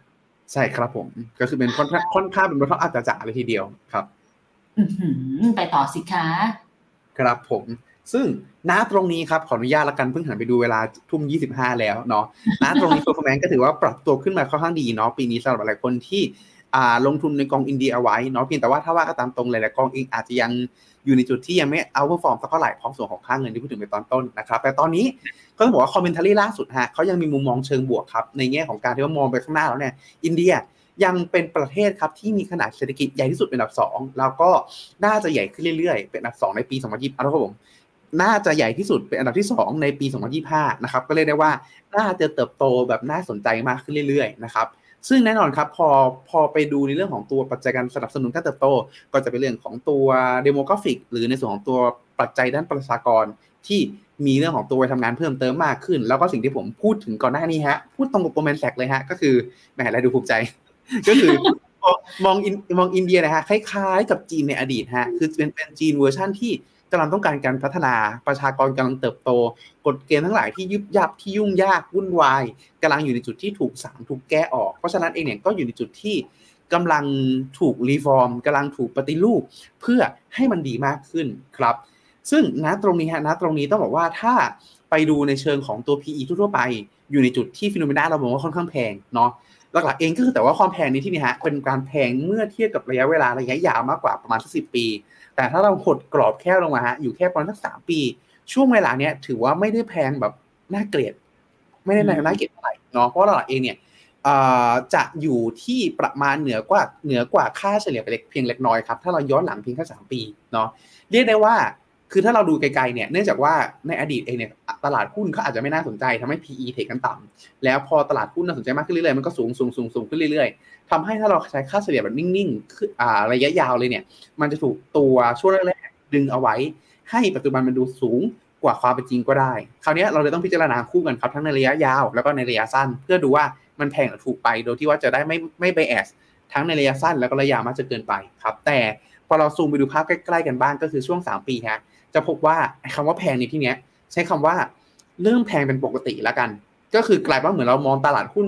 ใช่ครับผมก็คือเป็นค่อนข้างเป็นบอททอมอัพจ๋าๆเลยทีเดียวครับไปต่อสิคะครับผมซึ่งณตรงนี้ครับขออนุญาตละกันเพิ่งหันไปดูเวลาทุ่ม25แล้วเนาะณตรงนี้ performance ก็ถือว่าปรับตัวขึ้นมาค่อนข้างดีเนาะปีนี้สำหรับหลายคนที่ลงทุนในกองอินเดียเอาไว้เนาะเพียงแต่ว่าถ้าว่าก็ตามตรงหลายๆกองเองอาจจะยังอยู่ในจุดที่ยังไม่ outperform สักเท่าไหร่เพราะส่วนของค่าเงินที่พูดถึงไปตอนต้นนะครับแต่ตอนนี้ก็ต้องบอกว่าคอมเมนต์ล่าสุดฮะเขายังมีมุมมองเชิงบวกครับในแง่ของการที่ว่ามองไปข้างหน้าแล้วเนี่ยอินเดียยังเป็นประเทศครับที่มีขนาดเศรษฐกิจใหญ่ที่สุดเป็นอันดับ2แล้วก็น่าจะใหญ่ขึ้นเรื่อยๆเป็นอันดับ2ในปี2020ครับผมน่าจะใหญ่ที่สุดเป็นอันดับที่2ในปี2025นะครับก็เรียกได้ว่าน่าจะเติบโตแบบน่าสนใจมากขึ้นเรื่อยๆนะครับซึ่งแน่นอนครับพอไปดูในเรื่องของตัวปัจจัยการสนับสนุนการเติบโตก็จะเป็นเรื่องของตัวเดโมกราฟิกหรือในส่วนของตัวปัจจัยด้านประชากรที่มีเรื่องของตัววัยทำงานเพิ่มเติมมากขึ้นแล้วก็สิ่งที่ผมพูดถึงก่อนหน้านี้ฮะพูดตรงกับโกลแมนแซกเลยฮะก็คือแหมอะไรดูภูมิใจ ก็คือมองอินเดียนะฮะคล้ายๆกับจีนในอดีตฮะคือเป็นจีนเวอร์ชั่นที่กำลังต้องการพัฒนาประชากรกำลังเติบโตกฎเกณฑ์ทั้งหลายที่ยุบยับที่ยุ่งยากวุ่นวายกำลังอยู่ในจุดที่ถูกแก้ออกเพราะฉะนั้นเองเนี่ยก็อยู่ในจุดที่กำลังถูกรีฟอร์มกำลังถูกปฏิรูปเพื่อให้มันดีมากขึ้นครับซึ่งณตรงนี้ต้องบอกว่าถ้าไปดูในเชิงของตัว PE ทั่วไปอยู่ในจุดที่ฟิโนเมนาเราบอกว่าค่อนข้างแพงเนาะหลักๆเองก็คือแต่ว่าความแพงนี้ที่นี่ฮะเป็นการแพงเมื่อเทียบกับระยะยาวมากกว่าประมาณสัก10 ปีแต่ถ้าเราหดกรอบแค่ลงมาฮะอยู่แค่ประมาณสัก3 ปีช่วงเวลาเนี้ยถือว่าไม่ได้แพงแบบน่าเกลียดไม่ได้น่าเกลียดเท่าไหร่เนาะเพราะหลักๆเองเนี่ยจะอยู่ที่ประมาณเหนือกว่าค่าเฉลี่ยไปเพียงเล็กน้อยครับถ้าเราย้อนหลังเพียงแค่3 ปีเนาะเรียกได้ว่าคือถ้าเราดูไกลๆเนี่ยเนื่องจากว่าในอดีตเองเนี่ยตลาดหุ้นเขาอาจจะไม่น่าสนใจทำให้ PE เทคกันต่ำแล้วพอตลาดหุ้นน่าสนใจมากขึ้นเรื่อยๆมันก็สูงขึ้นเรื่อยๆทำให้ถ้าเราใช้ค่าเฉลี่ยแบบนิ่งๆคือระยะยาวเลยเนี่ยมันจะถูกตัวช่วงแรกๆดึงเอาไว้ให้ปัจจุบันมันดูสูงกว่าความเป็นจริงก็ได้คราวนี้เราเลยต้องพิจารณาคู่กันครับทั้งในระยะยาวแล้วก็ในระยะสั้นเพื่อดูว่ามันแพงหรือถูกไปโดยที่ว่าจะได้ไม่ไบแอสทั้งในระยะสั้นแล้วก็ระยะยาวมากจนเกินไปครับแต่พอเราซูมไปดูภาพใกล้ๆกันบ้างก็คือช่วง3 ปีฮะจะพบว่าคำว่าแพงในที่นี้ใช้คำว่าเริ่มแพงเป็นปกติแล้วกันก็คือกลายว่าเหมือนเรามองตลาดหุ้น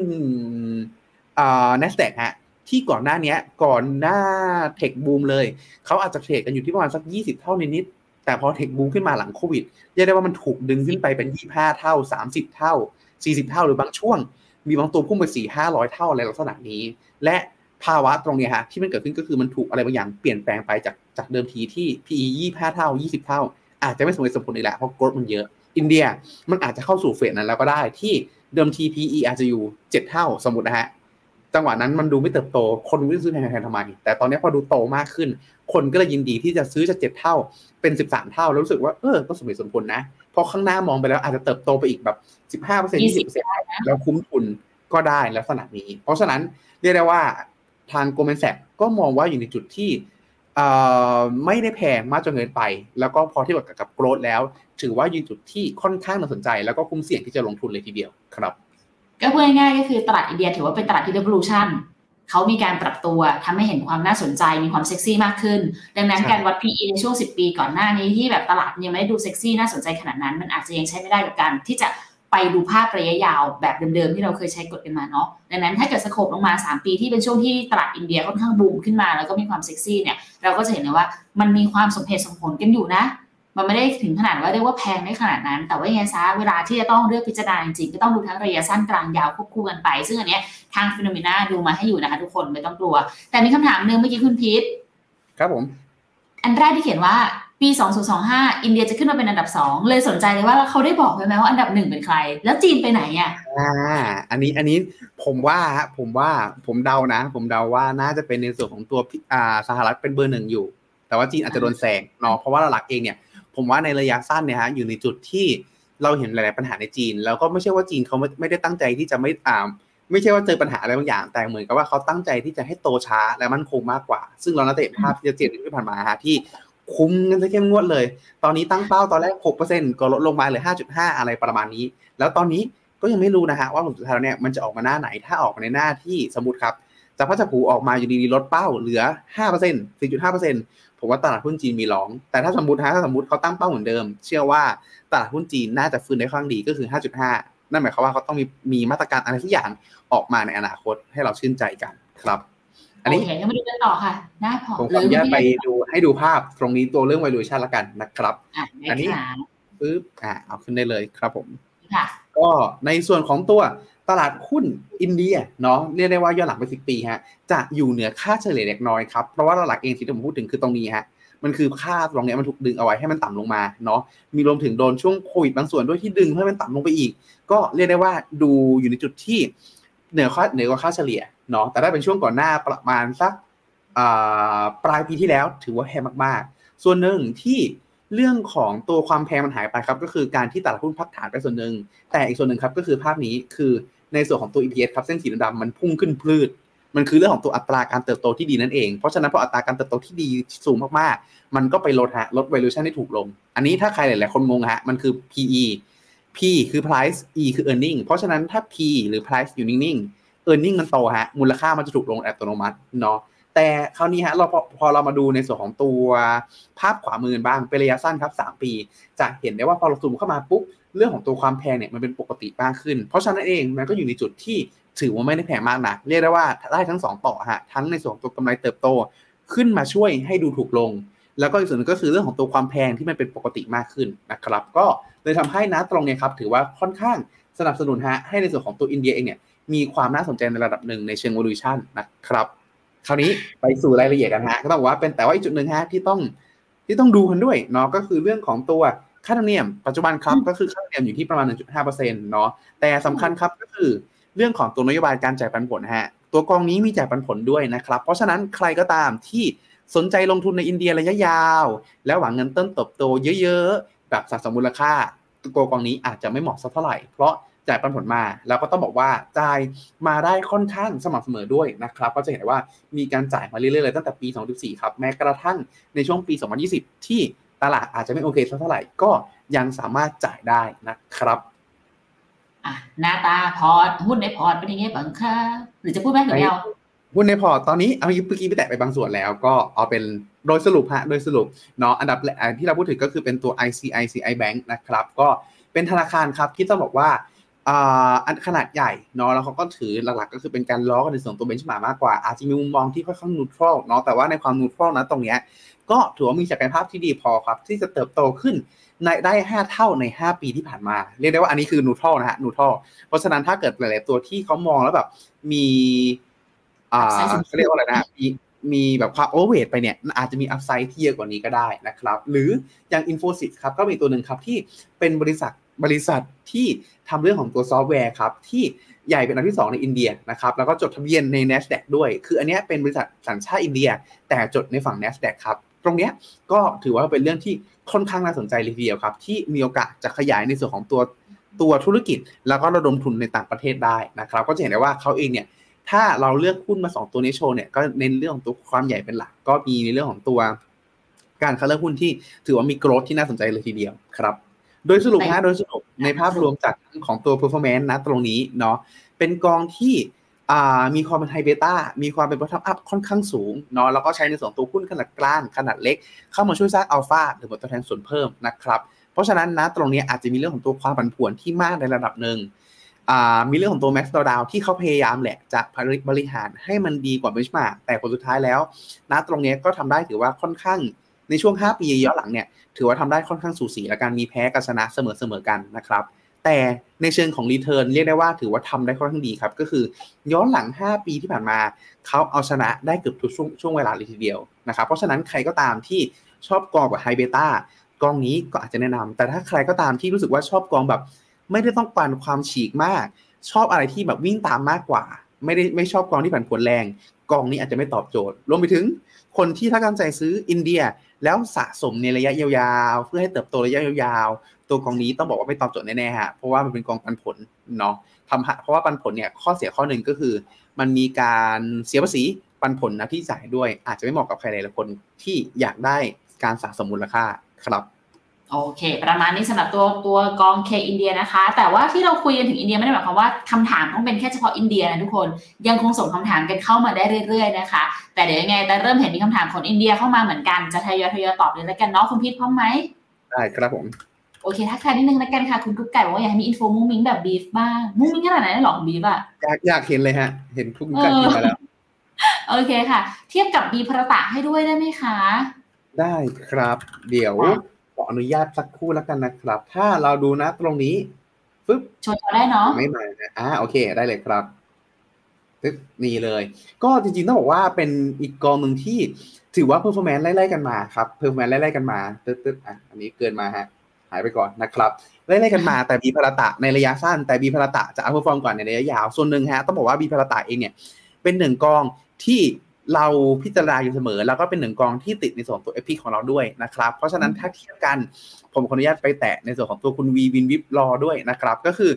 NASDAQ ฮะที่ก่อนหน้าเทคบูมเลยเขาอาจจะเทรดกันอยู่ที่ประมาณสัก20 เท่านิดๆแต่พอเทคบูมขึ้นมาหลังโควิดเรียกได้ว่ามันถูกดึงขึ้นไปเป็น25 เท่า30 เท่า40 เท่าหรือบางช่วงมีบางตัวพุ่งไป 400-500 เท่าอะไรลักษณะนี้และภาวะตรงนี้ฮะที่มันเกิดขึ้นก็คือมันถูกอะไรบางอย่างเปลี่ยนแปลงไปจากเดิมทีที่ PE 25 เท่า20 เท่าอาจจะไม่สมเหตุสมผลอีกแล้วเพราะโกรทมันเยอะอินเดียมันอาจจะเข้าสู่เฟสนั้นแล้วก็ได้ที่เดิมที PE อาจจะอยู่7 เท่าสมมุตินะฮะจังหวะนั้นมันดูไม่เติบโตคนไม่ซื้อแพงๆทำไมแต่ตอนนี้พอดูโตมากขึ้นคนก็เลยยินดีที่จะซื้อจาก7 เท่าเป็น13 เท่าแล้วรู้สึกว่าก็สมเหตุสมผลนะเพราะข้างหน้ามองไปแล้วอาจจะเติบโตไปอีกแบบ 15% 20% แล้วคุ้มทุนก็ได้ลักษณะนี้เพราะฉะนั้นเรียกได้ว่าทาง Goldman Sachs ก็มองว่าอยู่ในจุดที่ไม่ได้แพงมากจนเกินไปแล้วก็พอที่กับโกรทแล้วถือว่าอยู่จุดที่ค่อนข้างน่าสนใจแล้วก็คุ้มเสี่ยงที่จะลงทุนเลยทีเดียวครับก็พูดง่ายๆก็คือตลาดอินเดียถือว่าเป็นตลาดที่ revolution เขามีการปรับตัวทำให้เห็นความน่าสนใจมีความเซ็กซี่มากขึ้นดังนั้นการวัด PE ในช่วง10 ปีก่อนหน้านี้ที่แบบตลาดยังไม่ได้ดูเซ็กซี่น่าสนใจขนาดนั้นมันอาจจะยังใช้ไม่ได้กับการที่จะไปดูภาพระยะยาวแบบเดิมๆที่เราเคยใช้กดกันมาเนาะดังนั้นถ้าเกิดสโคปลงมา3 ปีที่เป็นช่วงที่ตลาดอินเดียค่อนข้างบูมขึ้นมาแล้วก็มีความเซ็กซี่เนี่ยเราก็จะเห็นเลยว่ามันมีความสมเหตุสมผลกันอยู่นะมันไม่ได้ถึงขนาดว่าเรียกว่าแพงได้ขนาดนั้นแต่ว่ายังไงซะเวลาที่จะต้องเลือกพิจารณาจริงๆก็ต้องดูทั้งระยะสั้นกลางยาวควบคู่กันไปซึ่งอันเนี้ยทาง Phenomena ดูมาให้อยู่นะคะทุกคนไม่ต้องกลัวแต่มีคำถามนึงเมื่อกี้คุณพีทครับผมอันแรกที่เขียนว่าปี2025อินเดียจะขึ้นมาเป็นอันดับ2เลยสนใจเลยว่าเขาได้บอกไว้ไหมว่าอันดับ1เป็นใครแล้วจีนไปไหนอ่ะอันนี้ผมเดานะผมเดาว่าน่าจะเป็นในส่วนของตัวสหรัฐเป็นเบอร์1อยู่แต่ว่าจีนอาจจะโดนแซงเนาะเพราะว่าหลักเองเนี่ยผมว่าในระยะสั้นเนี่ยฮะอยู่ในจุดที่เราเห็นหลายๆปัญหาในจีนแล้วก็ไม่ใช่ว่าจีนเขาไม่ได้ตั้งใจที่จะไม่ใช่ว่าเจอปัญหาอะไรบางอย่างแต่เหมือนกับว่าเขาตั้งใจที่จะให้โตช้าและมั่นคงมากกว่าซึ่งเราน่าจะเห็นภาพที่ผ่านมาฮะที่คุ้มกันซะเข้มงวดเลยตอนนี้ตั้งเป้าตอนแรก 6% ก็ลดลงมาเหลือ 5.5 อะไรประมาณนี้แล้วตอนนี้ก็ยังไม่รู้นะฮะว่าผลสุดท้ายเนี่ยมันจะออกมาหน้าไหนถ้าออกมาในหน้าที่สมมุติครับจากพัชผูออกมาอยู่ดีๆลดเป้าเหลือ 5% 4.5%ผมว่าตลาดหุ้นจีนมีร้องแต่ถ้าสมมุติเขาตั้งเป้าเหมือนเดิมเชื่อว่าตลาดหุ้นจีนน่าจะฟื้นได้ค่อนข้างดีก็คือนั่นหมายความว่าเขาต้องมีมาตรการอะไรทุกอย่างออกมาในอนาคตให้เราชื่นใจกันครับอันนี้โอเคงั้นมาดูกันต่อค่ะหน้าพอผมขออนุญาตไปดูภาพตรงนี้ตัวเรื่อง valuation ละกันนะครับอันนี้ปึ๊บเอาขึ้นได้เลยครับผมค่ะก็ในส่วนของตัวตลาดหุ้นอินเดียเนาะเรียกได้ว่าย้อนหลังไป10 ปีฮะจะอยู่เหนือค่าเฉลี่ยเล็กน้อยครับเพราะว่าหลักเองที่ผมพูดถึงคือตรงนี้ฮะมันคือค่าตรงนี้มันถูกดึงเอาไว้ให้มันต่ำลงมาเนาะมีรวมถึงโดนช่วงโควิดบางส่วนด้วยที่ดึงให้มันต่ำลงไปอีกก็เรียกได้ว่าดูอยู่ในจุดที่เหนือกว่าค่าเฉลี่ยเนาะแต่ถ้าเป็นช่วงก่อนหน้าประมาณสักปลายปีที่แล้วถือว่าแพงมากๆส่วนหนึ่งที่เรื่องของตัวความแพงมันหายไปครับก็คือการที่ตลาดหุ้นพักฐานไปส่วนหนึ่งแต่อีกส่วนหนึ่งครับก็คือภาพนี้คือในส่วนของตัว EPS ครับเส้นสีดำๆมันพุ่งขึ้นพลืดมันคือเรื่องของตัวอัตราการเติบโตที่ดีนั่นเองเพราะฉะนั้นพออัตราการเติบโตที่ดีสูงมากๆมันก็ไปลด valuation ได้ถูกลงอันนี้ถ้าใครหลายๆคนงงฮะมันคือ PE P คือ price E คือ earning เพราะฉะนั้นถ้า P หรือ price อยู่นิ่งๆ earning มันโตฮะมูลค่ามันจะถูกลงอัตโนมัติเนาะแต่คราวนี้ฮะพอเรามาดูในส่วนของตัวภาพขวามือบ้างเป็นระยะสั้นครับ3 ปีจะเห็นได้ว่าพอเราซูมเข้ามาปุ๊บเรื่องของตัวความแพงเนี่ยมันเป็นปกติมากขึ้นเพราะฉะนั้นเองมันก็อยู่ในจุดที่ถือว่าไม่ได้แพงมากนะเรียกได้ว่าได้ทั้ง2ต่อฮะทั้งในส่วนของตัวกำไรเติบโตขึ้นมาช่วยให้ดูถูกลงแล้วก็อีกส่วนนึงก็คือเรื่องของตัวความแพงที่มันเป็นปกติมากขึ้นนะครับก็เลยทำให้ณตรงนี้ครับถือว่าค่อนข้างสนับสนุนฮะให้ในส่วนของตัวอินเดียเองเนี่ยมีความน่าสนใจในระดับหนึ่งในเชิง valuation นะครับคราวนี้ไปสู่รายละเอียดกันฮะก็ต้องบอกว่าเป็นแต่ว่าอีกจุดหนึ่งฮะที่ต้องดูกันด้วยเนาะก็คือเรื่องของตัวค่าธรรมเนียมปัจจุบันครับก็คือค่าธรรมเนียมอยู่ที่ประมาณ 1.5% เนาะแต่สำคัญครับก็คือเรื่องของตัวนโยบายการจ่ายปันผลฮะตัวกองนี้มีจ่ายปันผลด้วยนะครับเพราะฉะนั้นใครก็ตามที่สนใจลงทุนในอินเดียระยะยาวแล้วหวังเงินต้นเติบโตเยอะๆแบบสะสมมูลค่าตัวกองนี้อาจจะไม่เหมาะสักเท่าไหร่เพราะจ่ายปันผลมาแล้วก็ต้องบอกว่าจ่ายมาได้ค่อนข้างสม่ำเสมอด้วยนะครับก็จะเห็นว่ามีการจ่ายมาเรื่อยๆเลยตั้งแต่ปี2014ครับแม้กระทั่งในช่วงปี2020ที่ตลาดอาจจะไม่โอเคสักเท่าไหร่ก็ยังสามารถจ่ายได้นะครับหน้าตาพอร์ตหุ้นในพอร์ตเป็นยังไงบ้างคะหรือจะพูดไหมหรือไม่เอาหุ้นในพอร์ตตอนนี้เอาเมื่อกี้ไปแตะไปบางส่วนแล้วก็เอาเป็นโดยสรุปเนาะอันดับที่เราพูดถึงก็คือเป็นตัว ICICI Bank นะครับก็เป็นธนาคารครับที่ต้องบอกว่าอันขนาดใหญ่เนาะแล้วเขาก็ถือหลักๆก็คือเป็นการล้อกันในส่วนตัวเบนช์มาร์กมากกว่าอาจจะมีมุมมองที่ค่อนข้างนูทรัลเนาะแต่ว่าในความนูทรัลนะตรงเนี้ยก็ถือว่ามีศักยภาพที่ดีพอครับที่จะเติบโตขึ้นในได้5เท่าใน5ปีที่ผ่านมาเรียกได้ว่าอันนี้คือนูทรัลนะฮะนูทรัลเพราะฉะนั้นถ้าเกิดหลายๆตัวที่เขามองแล้วแบบมีเรียกว่าอะไรนะมีแบบความโอเวอร์เวทไปเนี่ยอาจจะมีอัพไซด์ที่เยอะกว่านี้ก็ได้นะครับหรืออย่าง Infosys ครับก็มีตัวหนึ่งครับที่เป็นบริษัทที่ทำเรื่องของตัวซอฟต์แวร์ครับที่ใหญ่เป็นอันดับที่2ในอินเดียนะครับแล้วก็จดทะเบียนใน NASDAQ ด้วยคืออันนี้เป็นบริษัทสัญชาติอินเดียแต่จดในฝั่ง NASDAQ ครับตรงนี้ก็ถือว่าเป็นเรื่องที่ค่อนข้างน่าสนใจเลยทีเดียวครับที่มีโอกาสจะขยายในส่วนของตัวธุรกิจแล้วก็ระดมทุนในต่างประเทศได้นะครับก็จะเห็นได้ว่าเขาเองเนี่ยถ้าเราเลือกหุ้นมา2ตัวนี้โชว์เนี่ยก็เน้นเรื่องของตัวความใหญ่เป็นหลักก็มีในเรื่องของตัวการคัดเลือกหุ้นที่ถือว่ามีโกรธที่น่าสนใจเลยทีเดียวครับโดยสรุปในภาพรวมจากของตัว performance นะตรงนี้เนาะเป็นกองที่มีความเป็นไฮเบต้ามีความเป็น bottom up ค่อนข้างสูงเนาะแล้วก็ใช้ในส่วนตัวหุ้นขนาดกลางขนาดเล็กเข้ามาช่วยสร้างอัลฟาหรือผลตอบแทนส่วนเพิ่มนะครับเพราะฉะนั้นนะตรงนี้อาจจะมีเรื่องของตัวความผันผวนที่มากในระดับหนึ่งมีเรื่องของตัว Max Drawdown ที่เขาพยายามแหละจะบริหารให้มันดีกว่า benchmark แต่ผลสุดท้ายแล้วนะตรงนี้ก็ทำได้ถือว่าค่อนข้างในช่วง5ปีย้อนหลังเนี่ยถือว่าทำได้ค่อนข้างสูสีและการมีแพ้กับชนะเสมอกันนะครับแต่ในเชิงของ return เรียกได้ว่าถือว่าทำได้ค่อนข้างดีครับก็คือย้อนหลัง5ปีที่ผ่านมาเขาเอาชนะได้เกือบทุกช่วงเวลาเลยทีเดียวนะครับเพราะฉะนั้นใครก็ตามที่ชอบกองแบบ high beta กองนี้ก็อาจจะแนะนำแต่ถ้าใครก็ตามที่รู้สึกว่าชอบกองแบบไม่ได้ต้องการความฉีกมากชอบอะไรที่แบบวิ่งตามมากกว่าไม่ชอบกองที่ผันผวนแรงกองนี้อาจจะไม่ตอบโจทย์รวมไปถึงคนที่ถ้าตั้งใจซื้ออินเดียแล้วสะสมในระยะยาวๆเพื่อให้เติบโตระยะยาวๆตัวกองนี้ต้องบอกว่าไม่ตอบโจทย์แน่ๆฮะเพราะว่ามันเป็นกองปันผลเนาะเพราะว่าปันผลเนี่ยข้อเสียข้อหนึ่งก็คือมันมีการเสียภาษีปันผลนะที่จ่ายด้วยอาจจะไม่เหมาะกับใครหลายๆคนที่อยากได้การสะสมมูลค่าครับโอเคประมาณนี้สำหรับตัวกองเคอินเดียนะคะแต่ว่าที่เราคุยกันถึงอินเดียไม่ได้หมายความว่าคำถามต้องเป็นแค่เฉพาะอินเดียนะทุกคนยังคงส่งคำถามกันเข้ามาได้เรื่อยๆนะคะแต่เดี๋ยวยังไงแต่เริ่มเห็นมีคำถามคนอินเดียเข้ามาเหมือนกันจะทยอยตอบเลยแล้วกันเนาะคุณพีทพร้อมไหมได้ครับผมโอเคทักทายนิดนึงแล้วกันค่ะคุณกุ๊กไก่บอกว่าอยากให้มีอินโฟมุ้งมิ้งแบบบีฟบ้างมุ้งมิ้งขนาดไหนหรอบีฟอ่ะอยากเห็นเลยฮะเห็นทุกการพิมพ์มาแล้วโอเคค่ะเทียบกับบีพระตะให้ด้วยได้ไหมคะได้ครับเดี๋ยวขออนุญาตสักครู่แล้วกันนะครับถ้าเราดูนะตรงนี้ปึ๊บโชว์ได้เนาะไม่มาโอเคได้เลยครับนี่เลยก็จริงๆต้องบอกว่าเป็นอีกกองหนึ่งที่ถือว่า performance ไล่ๆกันมาครับ performance ไล่ๆกันมาตึ๊ดๆอันนี้เกินมาฮะหายไปก่อนนะครับไล่ๆกันมาแต่บีพาราตะในระยะสั้นแต่บีพาราตะจะเอาperformก่อนในระยะยาวส่วนหนึ่งฮะต้องบอกว่าบีพาราตะเองเนี่ยเป็นหนึ่งกองที่เราพิจารณาอยู่เสมอแล้วก็เป็นหนึ่งกองที่ติดในส่วนตัว FP ของเราด้วยนะครับเพราะฉะนั้นถ้าเทียบกันผมขออนุญาตไปแตะในส่วนของตัวคุณวีวินวิปรอด้วยนะครับก็คือ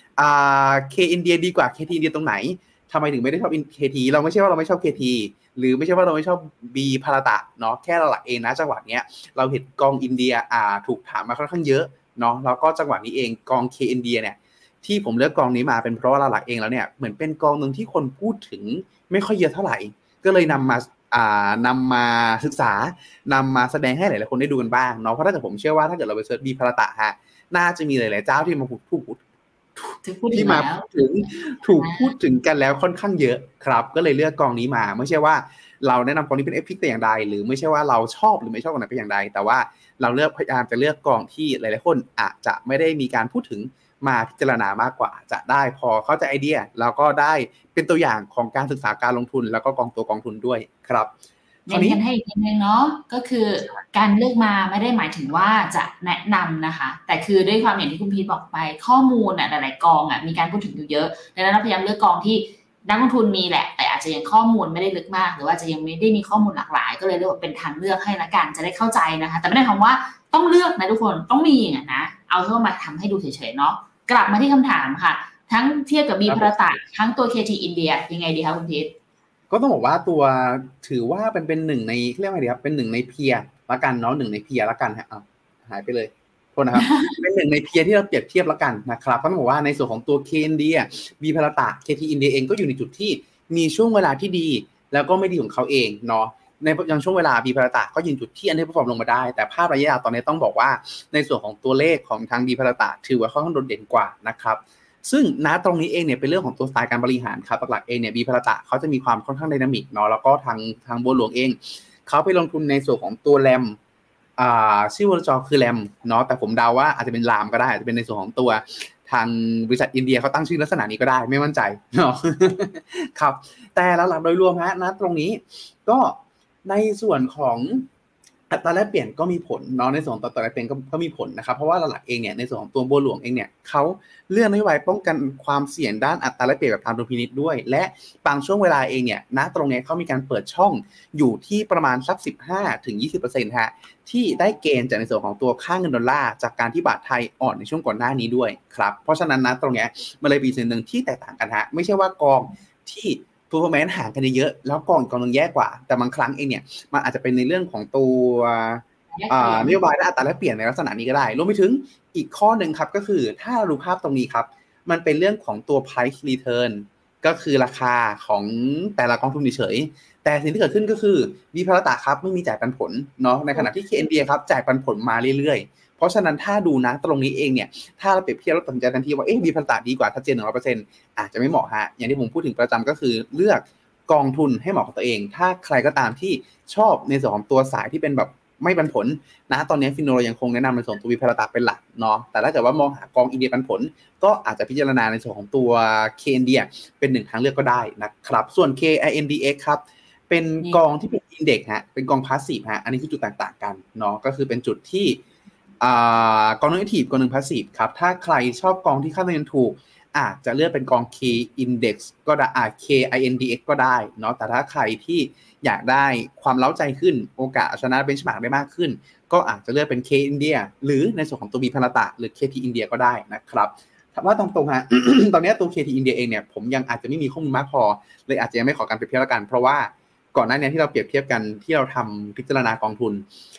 K India ดีกว่า KT India ตรงไหนทำไมถึงไม่ได้ชอบ KT เราไม่ใช่ว่าเราไม่ชอบ KT หรือไม่ใช่ว่าเราไม่ชอบ B พาราตะเนาะแค่หลักเองนะจังหวะเนี้ยเราเห็นกองอินเดียถูกถามมาค่อนข้างเยอะเนาะแล้วก็จังหวะนี้เองกอง K India เนี่ยที่ผมเลือกกองนี้มาเป็นเพราะว่าหลักเองแล้วเนี่ยเหมือนเป็นกองนึงที่คนพูดถึงไม่ค่อยเยอะเท่าไหร่ก็เลยนำมาศึกษานำมาแสดงให้หลายๆคนได้ดูกันบ้างเนาะเพราะถ้าเกิดผมเชื่อว่าถ้าเกิดเราไปเสิร์ช B พาราตะฮะน่าจะมีหลายๆเจ้าที่มาพูดที่มาถูกพูดถึงกันแล้วค่อนข้างเยอะครับก็เลยเลือกกองนี้มาไม่ใช่ว่าเราแนะนำกองนี้เป็น FP แต่อย่างใดหรือไม่ใช่ว่าเราชอบหรือไม่ชอบกองไหนเป็นอย่างใดแต่ว่าเราเลือกพยายามจะเลือกกองที่หลายๆคนอาจจะไม่ได้มีการพูดถึงมาพิจารณามากกว่าจะได้พอเข้าใจไอเดียแล้วก็ได้เป็นตัวอย่างของการศึกษาการลงทุนแล้วก็กองทุนด้วยครับเน้นกันให้อีกนิดนึงเนาะก็คือการเลือกมาไม่ได้หมายถึงว่าจะแนะนำนะคะแต่คือด้วยความอย่างที่คุณพีทบอกไปข้อมูลหลายๆกองมีการพูดถึงอยู่เยอะดังนั้นเราพยายามเลือกกองที่นักลงทุนมีแหละแต่อาจจะยังข้อมูลไม่ได้ลึกมากหรือว่าจะยังไม่ได้มีข้อมูลหลากหลายก็เลยเลือกเป็นทางเลือกให้ละกันจะได้เข้าใจนะคะแต่ไม่ได้คำว่าต้องเลือกนะทุกคนต้องมีอย่างนะเอาเท่ามาทำให้ดูเฉยๆเนาะกลับมาที่คำถามค่ะทั้งเทียบกับบีพาราตะทั้งตัว KT อินเดียยังไงดีคะคุณพีทก็ต้องบอกว่าตัวถือว่าเป็นหนึ่งในเรียกว่าไงดีครับเป็นหนึ่งในเพียร์ละกันเนาะหนึ่งในเพียร์ละกันฮะหายไปเลยโทษนะครับ เป็นหนึ่งในเพียร์ที่เราเปรียบเทียบละกันนะครับก็ต้องบอกว่าในส่วนของตัว K India B พาราตะ KT India เองก็อยู่ในจุดที่มีช่วงเวลาที่ดีแล้วก็ไม่ดีของเขาเองเนาะในยังช่วงเวลา B พาราตะก็ยืนจุดที่อันเดอร์เพอร์ฟอร์มลงมาได้แต่ภาพระยะยาวตอนนี้ต้องบอกว่าในส่วนของตัวเลขของทาง B พาราตะถือว่าค่อนข้างโดดเด่นกว่านะครับซึ่งณตรงนี้เองเนี่ยเป็นเรื่องของตัวสไตล์การบริหารครับหลักๆเองเนี่ยบีพาราตะเขาจะมีความค่อนข้างไดนามิกเนาะแล้วก็ทางบัวหลวงเองเขาไปลงทุนในส่วนของตัวแรมชื่อวอลจอคือแรมเนาะแต่ผมเดาว่าอาจจะเป็นรามก็ได้อาจจะเป็นในส่วนของตัวทางบริษัทอินเดียเขาตั้งชื่อลักษณะนี้ก็ได้ไม่มั่นใจเนาะครับแต่หลักๆโดยรวมฮะณตรงนี้ก็ในส่วนของอัตราแลกเปลี่ยนก็มีผลเนาะในส่วนของอัตราแลกเปลี่ยนก็มีผลนะครับเพราะว่าหลักๆเองเนี่ยในส่วนของตัวบัวหลวงเองเนี่ยเขาเลือกนโยบายป้องกันความเสี่ยงด้านอัตราแลกเปลี่ยนแบบตามดุลพินิจด้วยและบางช่วงเวลาเองเนี่ยณตรงนี้เขามีการเปิดช่องอยู่ที่ประมาณสัก 15-20% ฮะที่ได้เกณฑ์จากในส่วนของตัวค่าเงินดอลลาร์จากการที่บาทไทยอ่อนในช่วงก่อนหน้านี้ด้วยครับเพราะฉะนั้นณตรงนี้มันเลยมีสิ่งหนึ่งที่แตกต่างกันฮะไม่ใช่ว่ากองที่performance ห่างกันเยอะแล้วกองนึงแย่กว่าแต่บางครั้งเองเนี่ยมันอาจจะเป็นในเรื่องของตัวนโยบายและอัตราแลกเปลี่ยนในลักษณะนี้ก็ได้รวมไปถึงอีกข้อหนึ่งครับก็คือถ้าเราดูภาพตรงนี้ครับมันเป็นเรื่องของตัว price return ก็คือราคาของแต่ละกองทุนเฉยแต่สิ่งที่เกิดขึ้นก็คือบีพาราตะครับไม่มีจ่ายปันผลเนาะในขณะที่ KND ครับจ่ายปันผลมาเรื่อยๆเพราะฉะนั้นถ้าดูนะตรงนี้เองเนี่ยถ้าเราเปรียบเทียบแล้วตัดสินใจทันทีว่าบีพาราตะดีกว่าชัดเจน 100% อาจจะไม่เหมาะฮะอย่างที่ผมพูดถึงประจำก็คือเลือกกองทุนให้เหมาะกับตัวเองถ้าใครก็ตามที่ชอบในส่วนของตัวสายที่เป็นแบบไม่ปันผลนะตอนนี้ฟิโนเรายังคงแนะนำในส่วนตัวบีพาราตะเป็นหลักเนาะแต่ถ้าเกิดว่ามองหากองอินเดียปันผลก็อาจจะพิจารณาในส่วนของตัว KND เป็นหนึ่งทางเลือกก็ได้นะครับส่วน KINDX ครับเป็นกองที่เป็นอินเด็กซ์ฮะเป็นกองพาสซีฟฮะอันนี้คือจุดต่างๆกันเนาะก็คือเป็นจุดที่กองนึงแอคทีฟกองนึงพาสซีฟครับถ้าใครชอบกองที่ค่าเงินถูกอาจจะเลือกเป็นกอง K Index ก็ได้KINDX ก็ได้เนาะแต่ถ้าใครที่อยากได้ความเล้าใจขึ้นโอกาสชนะเบนช์มาร์กได้มากขึ้นก็อาจจะเลือกเป็น K India หรือในส่วนของตัว B พาราตะหรือ KT India ก็ได้นะครับว่าตรงๆฮะ ตอนนี้ตัว KT India เองเนี่ยผมยังอาจจะไม่มีข้อมูลมากพอเลยอาจจะยังไม่ขอการเปรียบเทียบกันเพราะว่าก่อนหน้านี้ที่เราเปรียบเทียบกันที่เราทำพิจารณากองทุน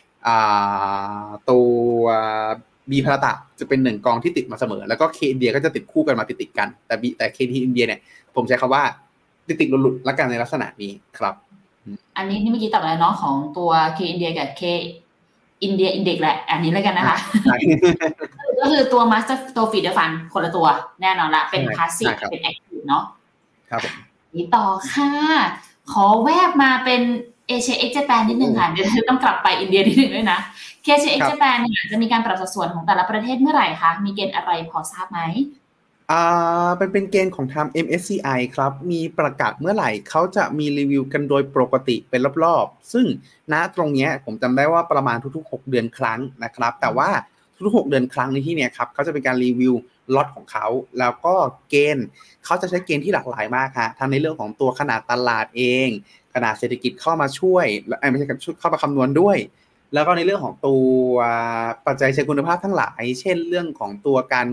ตัวB พาราตะจะเป็นหนึ่งกองที่ติดมาเสมอแล้วก็ K India ก็จะติดคู่กันมาติดกันแต่ KT India เนี่ยผมใช้คำว่าติดหลุดๆละกันในลักษณะนี้ครับอันนี้เมื่อกี้ตอบแล้วเนาะของตัว K India กับ K อินเดียอินเด็กแหละอันนี้แล้วกันนะคะก็คือตัว Master ตัว Feeder Fund คนละตัวแน่นอนละเป็น Passive เป็น Active เนาะครับนี่ต่อค่ะขอแวบมาเป็นเอเชียเอ็กซ์เจแปนนิดนึงค่ะเดี๋ยวต้องกลับไปอินเดียนิดนึงด้วยนะเอเชียเอ็กซ์เจแปนเนี่ยจะมีการปรับสัดส่วนของแต่ละประเทศเมื่อไหร่คะมีเกณฑ์อะไรพอทราบไหมเป็นเกณฑ์ของทาง MSCI ครับมีประกาศเมื่อไหร่เขาจะมีรีวิวกันโดยปกติเป็นรอบๆซึ่งณตรงนี้ผมจำได้ว่าประมาณทุกๆ6เดือนครั้งนะครับแต่ว่าทุกๆ6เดือนครั้งในที่นี้ครับเขาจะเป็นการรีวิวล็อตของเขาแล้วก็เกณฑ์เขาจะใช้เกณฑ์ที่หลากหลายมากฮะทั้งในเรื่องของตัวขนาดตลาดเองขนาดเศรษฐกิจเข้ามาช่วยไม่ใช่เข้ามาคำนวณด้วยแล้วก็ในเรื่องของตัวปัจจัยเชิงคุณภาพทั้งหลายเช่นเรื่องของตัวการ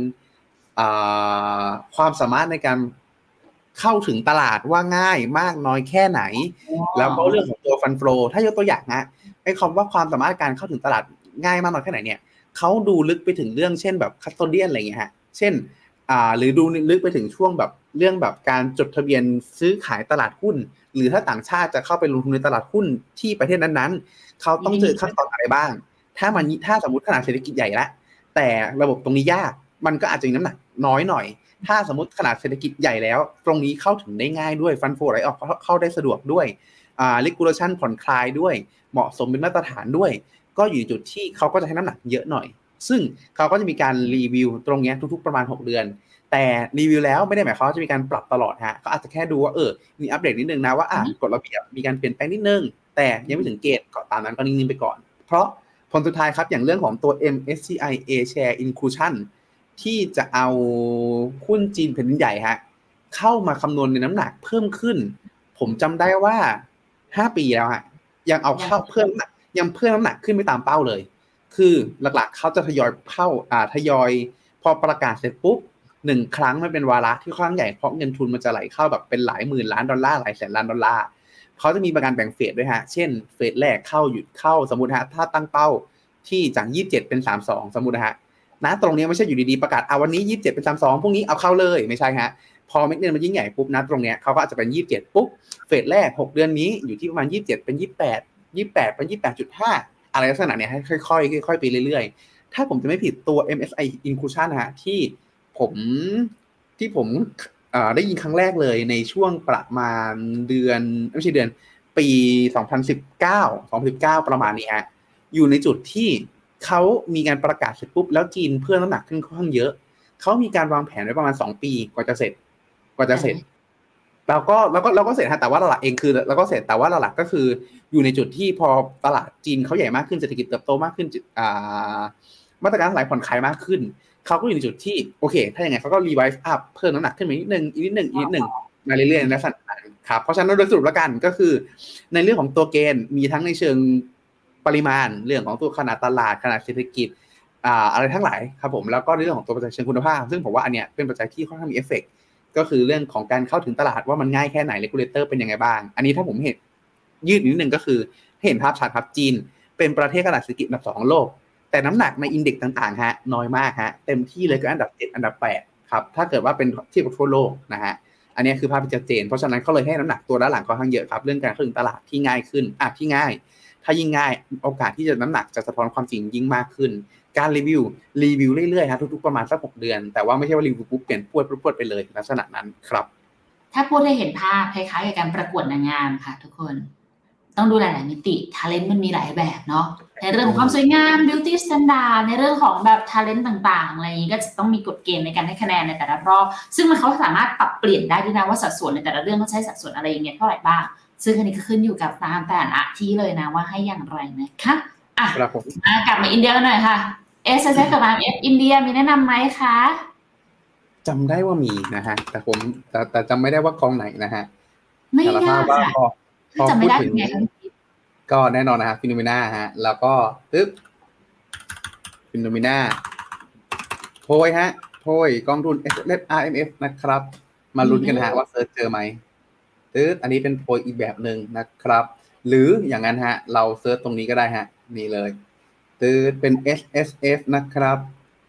ความสามารถในการเข้าถึงตลาดว่าง่ายมากน้อยแค่ไหนแล้วก็เรื่องของตัวฟันโฟลถ้ายกตัวอย่างนะไอ้คำว่าความสามารถการเข้าถึงตลาดง่ายมากน้อยแค่ไหนเนี่ยเขาดูลึกไปถึงเรื่องเช่นแบบคัสโตเดียนอะไรอย่างเงี้ยฮะเช่นหรือดูลึกไปถึงช่วงแบบเรื่องแบบการจดทะเบียนซื้อขายตลาดหุ้นหรือถ้าต่างชาติจะเข้าไปลงทุนในตลาดหุ้นที่ประเทศนั้นๆเขาต้องเจอขั้นตอนอะไรบ้างถ้าสมมติขนาดเศรษฐกิจใหญ่ละแต่ระบบตรงนี้ยากมันก็อาจจะมีน้ำหนักน้อยหน่อยถ้าสมมติขนาดเศรษฐกิจใหญ่แล้วตรงนี้เข้าถึงได้ง่ายด้วยฟันโฟไหลออกเข้าได้สะดวกด้วยregulation ผ่อนคลายด้วยเหมาะสมเป็นมาตรฐานด้วยก็อยู่จุดที่เขาก็จะให้น้ำหนักเยอะหน่อยซึ่งเขาก็จะมีการรีวิวตรงนี้ทุกๆประมาณ6เดือนแต่รีวิวแล้วไม่ได้หมายความว่าจะมีการปรับตลอดฮะเขาอาจจะแค่ดูว่ามีอัปเดตนิดนึงนะว่ากฎระเบียบมีการเปลี่ยนแปลงนิดนึงแต่ยังไม่ถึงเกณฑ์ก็ตามนั้นก็นิ่งๆไปก่อนเพราะผลสุดท้ายครับอย่างเรื่องของตัว MSCI A Share Inclusion ที่จะเอาหุ้นจีนแผ่นดินใหญ่ฮะเข้ามาคำนวณในน้ำหนักเพิ่มขึ้นผมจำได้ว่า5ปีแล้วฮะยังเอาเข้าเพิ่มยังเพิ่มน้ำหนักขึ้นไม่ตามเป้าเลยคือหลักๆเขาจะทยอยเข้าทยอยพอประกาศเสร็จปุ๊บ1ครั้งมันเป็นวาระที่ค่อนข้างใหญ่เพราะเงินทุนมันจะไหลเข้าแบบเป็นหลายหมื่นล้านดอลลาร์หลายแสนล้านดอลลาร์เขาจะมีประกันแบ่งเฟสด้วยฮะเช่นเฟสแรกเข้าหยุดเข้าสมมุติฮะถ้าตั้งเป้าที่จาก27เป็น32สมมุติฮะนะตรงนี้ไม่ใช่อยู่ดีๆประกาศวันนี้27เป็น32พรุ่งนี้เอาเข้าเลยไม่ใช่ฮะพอเม็ดเงินมันยิ่งใหญ่ปุ๊บนะตรงเนี้ยเขาก็อาจจะเป็น27ปุ๊บเฟสแรก6เดือนนี้อยู่ที่ประมาณ27เป็น28เป็น 28.5 อะไรลักษณะเนี้ยให้ค่อยๆไปเรื่อยๆถ้าผมจะไม่ผิดตัว MSCI Inclusion นะฮะที่ผมได้ยินครั้งแรกเลยในช่วงประมาณปี2019ประมาณนี้ฮะอยู่ในจุดที่เขามีการประกาศเสร็จปุ๊บแล้วจีนเพิ่มน้ำหนักขึ้นค่อนข้างเยอะเขามีการวางแผนไว้ประมาณ2ปีกว่าจะเสร็จเราก็เสร็จฮะแต่ว่าหลักเองคือเราก็เสร็จแต่ว่าหลักก็คืออยู่ในจุดที่พอตลาดจีนเขาใหญ่มากขึ้นเศรษฐกิจเติบโตมากขึ้นมาตรการหลายผ่อนคลายมากขึ้นเขาก็อยู่ในจุดที่โอเคถ้าอย่างไงเขาก็รีไวซ์อัพเพิ่มน้ำหนักขึ้นมาอีกนิดนึงมาเรื่อยๆในลักษณะนั้นครับเพราะฉะนั้นโดยสรุปแล้วกันก็คือในเรื่องของตัวเกณฑ์มีทั้งในเชิงปริมาณเรื่องของตัวขนาดตลาดขนาดเศรษฐกิจอะไรทั้งหลายครับผมแล้วก็ในเรื่องของตัวปัจจัยเชิงคุณภาพซึ่งผมว่าอันเนี้ยเป็นปัจจัยที่ค่อนข้างมีเอฟเฟกต์ก็คือเรื่องของการเข้าถึงตลาดว่ามันง่ายแค่ไหน regulator เป็นยังไงบ้างอันนี้ถ้าผมเห็นยืดนิดนึงก็คือเห็นภาพชัดครับจีนเป็นประเทศขนาดเศรษฐกิจอันดับ2ของโลกแต่น้ำหนักในอินเด็กซ์ต่างๆฮะน้อยมากฮะเต็มที่เลยก็อันดับ7อันดับ8ครับถ้าเกิดว่าเป็นที่ทั่วโลกนะฮะอันนี้คือภาพที่ชัดเจนเพราะฉะนั้นเขาเลยให้น้ำหนักตัวด้านหลังค่อนข้างเยอะครับเรื่องการเข้าถึงตลาดที่ง่ายขึ้นที่ง่ายถ้ายิ่งง่ายโอกาสที่จะน้ำหนักจะสะท้อนความจริงยิ่งมากขึ้นการรีวิวเรื่อยๆฮะทุกๆประมาณสัก6เดือนแต่ว่าไม่ใช่ว่ารีวิวปุ๊บเปลี่ยนพรวดไปเลยลักษณะนั้นครับถ้าพูดให้เห็นภาพคล้ายๆกับการประกวดนางงามค่ะทุกคนต้องดูหลายๆมิติ talent มันมีหลายแบบเนาะในเรื่องของความสวยงาม beauty standard ในเรื่องของแบบ talent ต่างๆอะไรอย่างนี้ก็จะต้องมีกฎเกณฑ์ในการให้คะแนนในแต่ละรอบซึ่งเขาสามารถปรับเปลี่ยนได้ด้วยนะว่าสัดส่วนในแต่ละเรื่องเขาใช้สัดส่วนอะไรอย่างเงี้ยเท่าไหร่บ้างซึ่งอันนี้ก็ขึ้นอยู่กับตามแต่ละที่เลยนะว่าให้อย่างไรนะคะครับผมกลับมาอินเดียกันหน่อยค่ะ SSF กับ RMF อินเดียมีแนะนำไหมคะจำได้ว่ามีนะฮะแต่จำไม่ได้ว่ากองไหนนะฮะไม่ยากค่ะพอพูดถึงก็แน่นอนนะฮะฟิโนเมนาฮะแล้วก็ฟิโนเมนาโพยกองทุน SSF RMF นะครับมาลุ้นกันฮะว่าเซิร์ชเจอไหมอันนี้เป็นโพยอีกแบบนึงนะครับหรืออย่างนั้นฮะเราเซิร์ชตรงนี้ก็ได้ฮะนี่เลยเป็น SSF นะครับ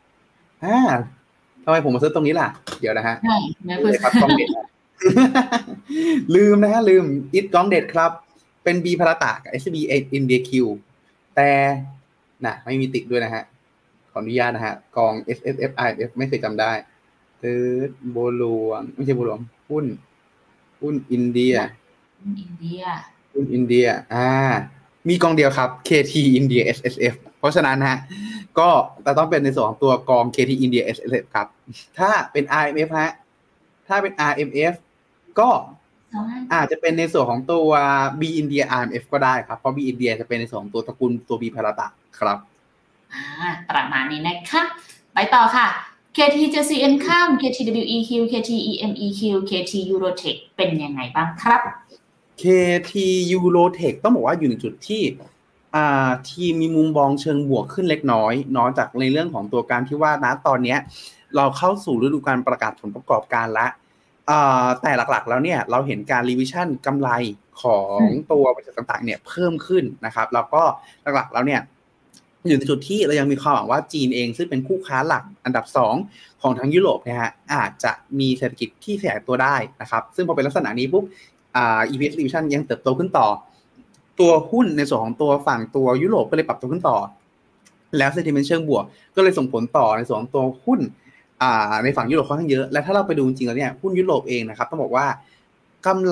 ทำไมผมมาเซิร์ชตรงนี้ล่ะเดี๋ยวนะฮะครับกองเด็ดลืมอิทกองเด็ดครับเป็น B พลาตะกับ SB India Q แต่นะไม่มีติดด้วยนะฮะขออนุญาตนะฮะกอง SSF IMF ไม่เคยจำได้บัวหลวงไม่ใช่บัวหลวงหุ้นอินเดียหุ้นอินเดียมีกองเดียวครับ KT India SSF เพราะฉะนั้นฮะก็จะต้องเป็นในส่วนของตัวกอง KT India SSF ครับถ้าเป็น RMF ฮะถ้าเป็น RMF ก็อาจจะเป็นในส่วนของตัว B India RMF ก็ได้ครับเพราะ B India จะเป็นในส่วนของตัวตระกูลตัว B พาราตะครับประมาณนี้นะคะไปต่อค่ะ KT JC Encam KTWEQ KTEMEQ KT Eurotech เป็นยังไงบ้างครับ KT Eurotech ต้องบอกว่าอยู่ในจุดที่ทีมมีมุมมองเชิงบวกขึ้นเล็กน้อยจากในเรื่องของตัวการที่ว่าณตอนนี้เราเข้าสู่ฤดูกาลประกาศผลประกอบการแล้วแต่หลักๆแล้วเนี่ยเราเห็นการรีวิชั่นกำไรของตัวบริษัทต่างๆเนี่ยเพิ่มขึ้นนะครับแล้วก็หลักๆแล้วเนี่ยอยู่ในจุดที่เรายังมีความหวังว่าจีนเองซึ่งเป็นคู่ค้าหลักอันดับ2ของทางยุโรปนะฮะอาจจะมีเศรษฐกิจที่ขยายตัวได้นะครับซึ่งพอเป็นลักษณะนี้ปุ๊บEPS revision ยังเติบโตขึ้นต่อตัวหุ้นในส่วนของตัวฝั่งตัวยุโรปก็เลยปรับตัวขึ้นต่อแล้ว sentiment เชิงบวกก็เลยส่งผลต่อในส่วนของตัวหุ้นในฝั่งยุโรปค่อนข้างเยอะและถ้าเราไปดูจริงๆแล้วเนี่ยหุ้นยุโรปเองนะครับต้องบอกว่ากำไร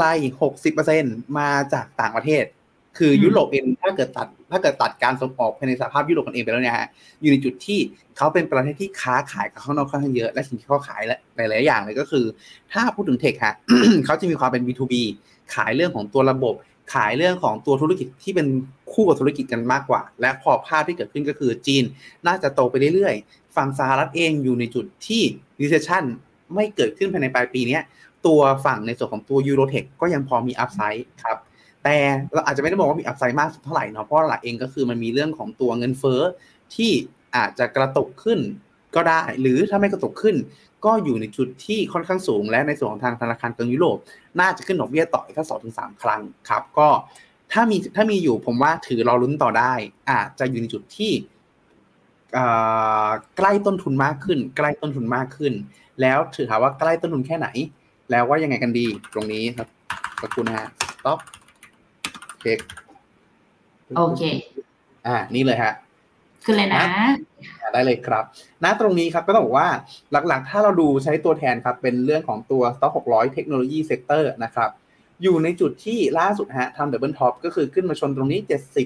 60% มาจากต่างประเทศคือยุโรปเองถ้าเกิดตัดการส่งออกภายในสหภาพยุโรปกันเองไปแล้วเนี่ยฮะอยู่ในจุดที่เขาเป็นประเทศที่ค้าขายกับข้างนอกค่อนข้างเยอะและสิ่งที่เขาขายหลายๆอย่างเลยก็คือถ้าพูดถึงเทคฮะ เขาจะมีความเป็น B2B ขายเรื่องของตัวระบบขายเรื่องของตัวธุรกิจที่เป็นคู่กับธุรกิจกันมากกว่าและพอภาพที่เกิดขึ้นก็คือจีนน่าจะโตไปเรื่อยๆฝั่งสหรัฐเองอยู่ในจุดที่ recession ไม่เกิดขึ้นภายในปลายปีนี้ตัวฝั่งในส่วนของตัว Eurotech ก็ยังพอมี upside ครับแต่เราอาจจะไม่ได้บอกว่ามี upside มากเท่าไหร่เนาะเพราะหลักเองก็คือมันมีเรื่องของตัวเงินเฟ้อที่อาจจะกระตุกขึ้นก็ได้หรือถ้าไม่กระตุกขึ้นก็อยู่ในจุดที่ค่อนข้างสูงและในส่วนของทางธนาคารกลางยุโรปน่าจะขึ้นดอกเบี้ยต่ออีกแค่ 2-3 ครั้งครับก็ถ้ามีอยู่ผมว่าถือรอลุ้นต่อได้อาจจะอยู่ในจุดที่ใกล้ต้นทุนมากขึ้นแล้วถือถามว่าใกล้ต้นทุนแค่ไหนแล้วว่ายังไงกันดีตรงนี้ครับขอบคุณนะฮะ stop โอเคนี่เลยฮะขึ้นเลยนะได้เลยครับตรงนี้ครับก็ต้องบอกว่าหลักๆถ้าเราดูใช้ตัวแทนครับเป็นเรื่องของตัว Stock 600 Technology Sector นะครับอยู่ในจุดที่ล่าสุดฮะทำ Double Top ก็คือขึ้นมาชนตรงนี้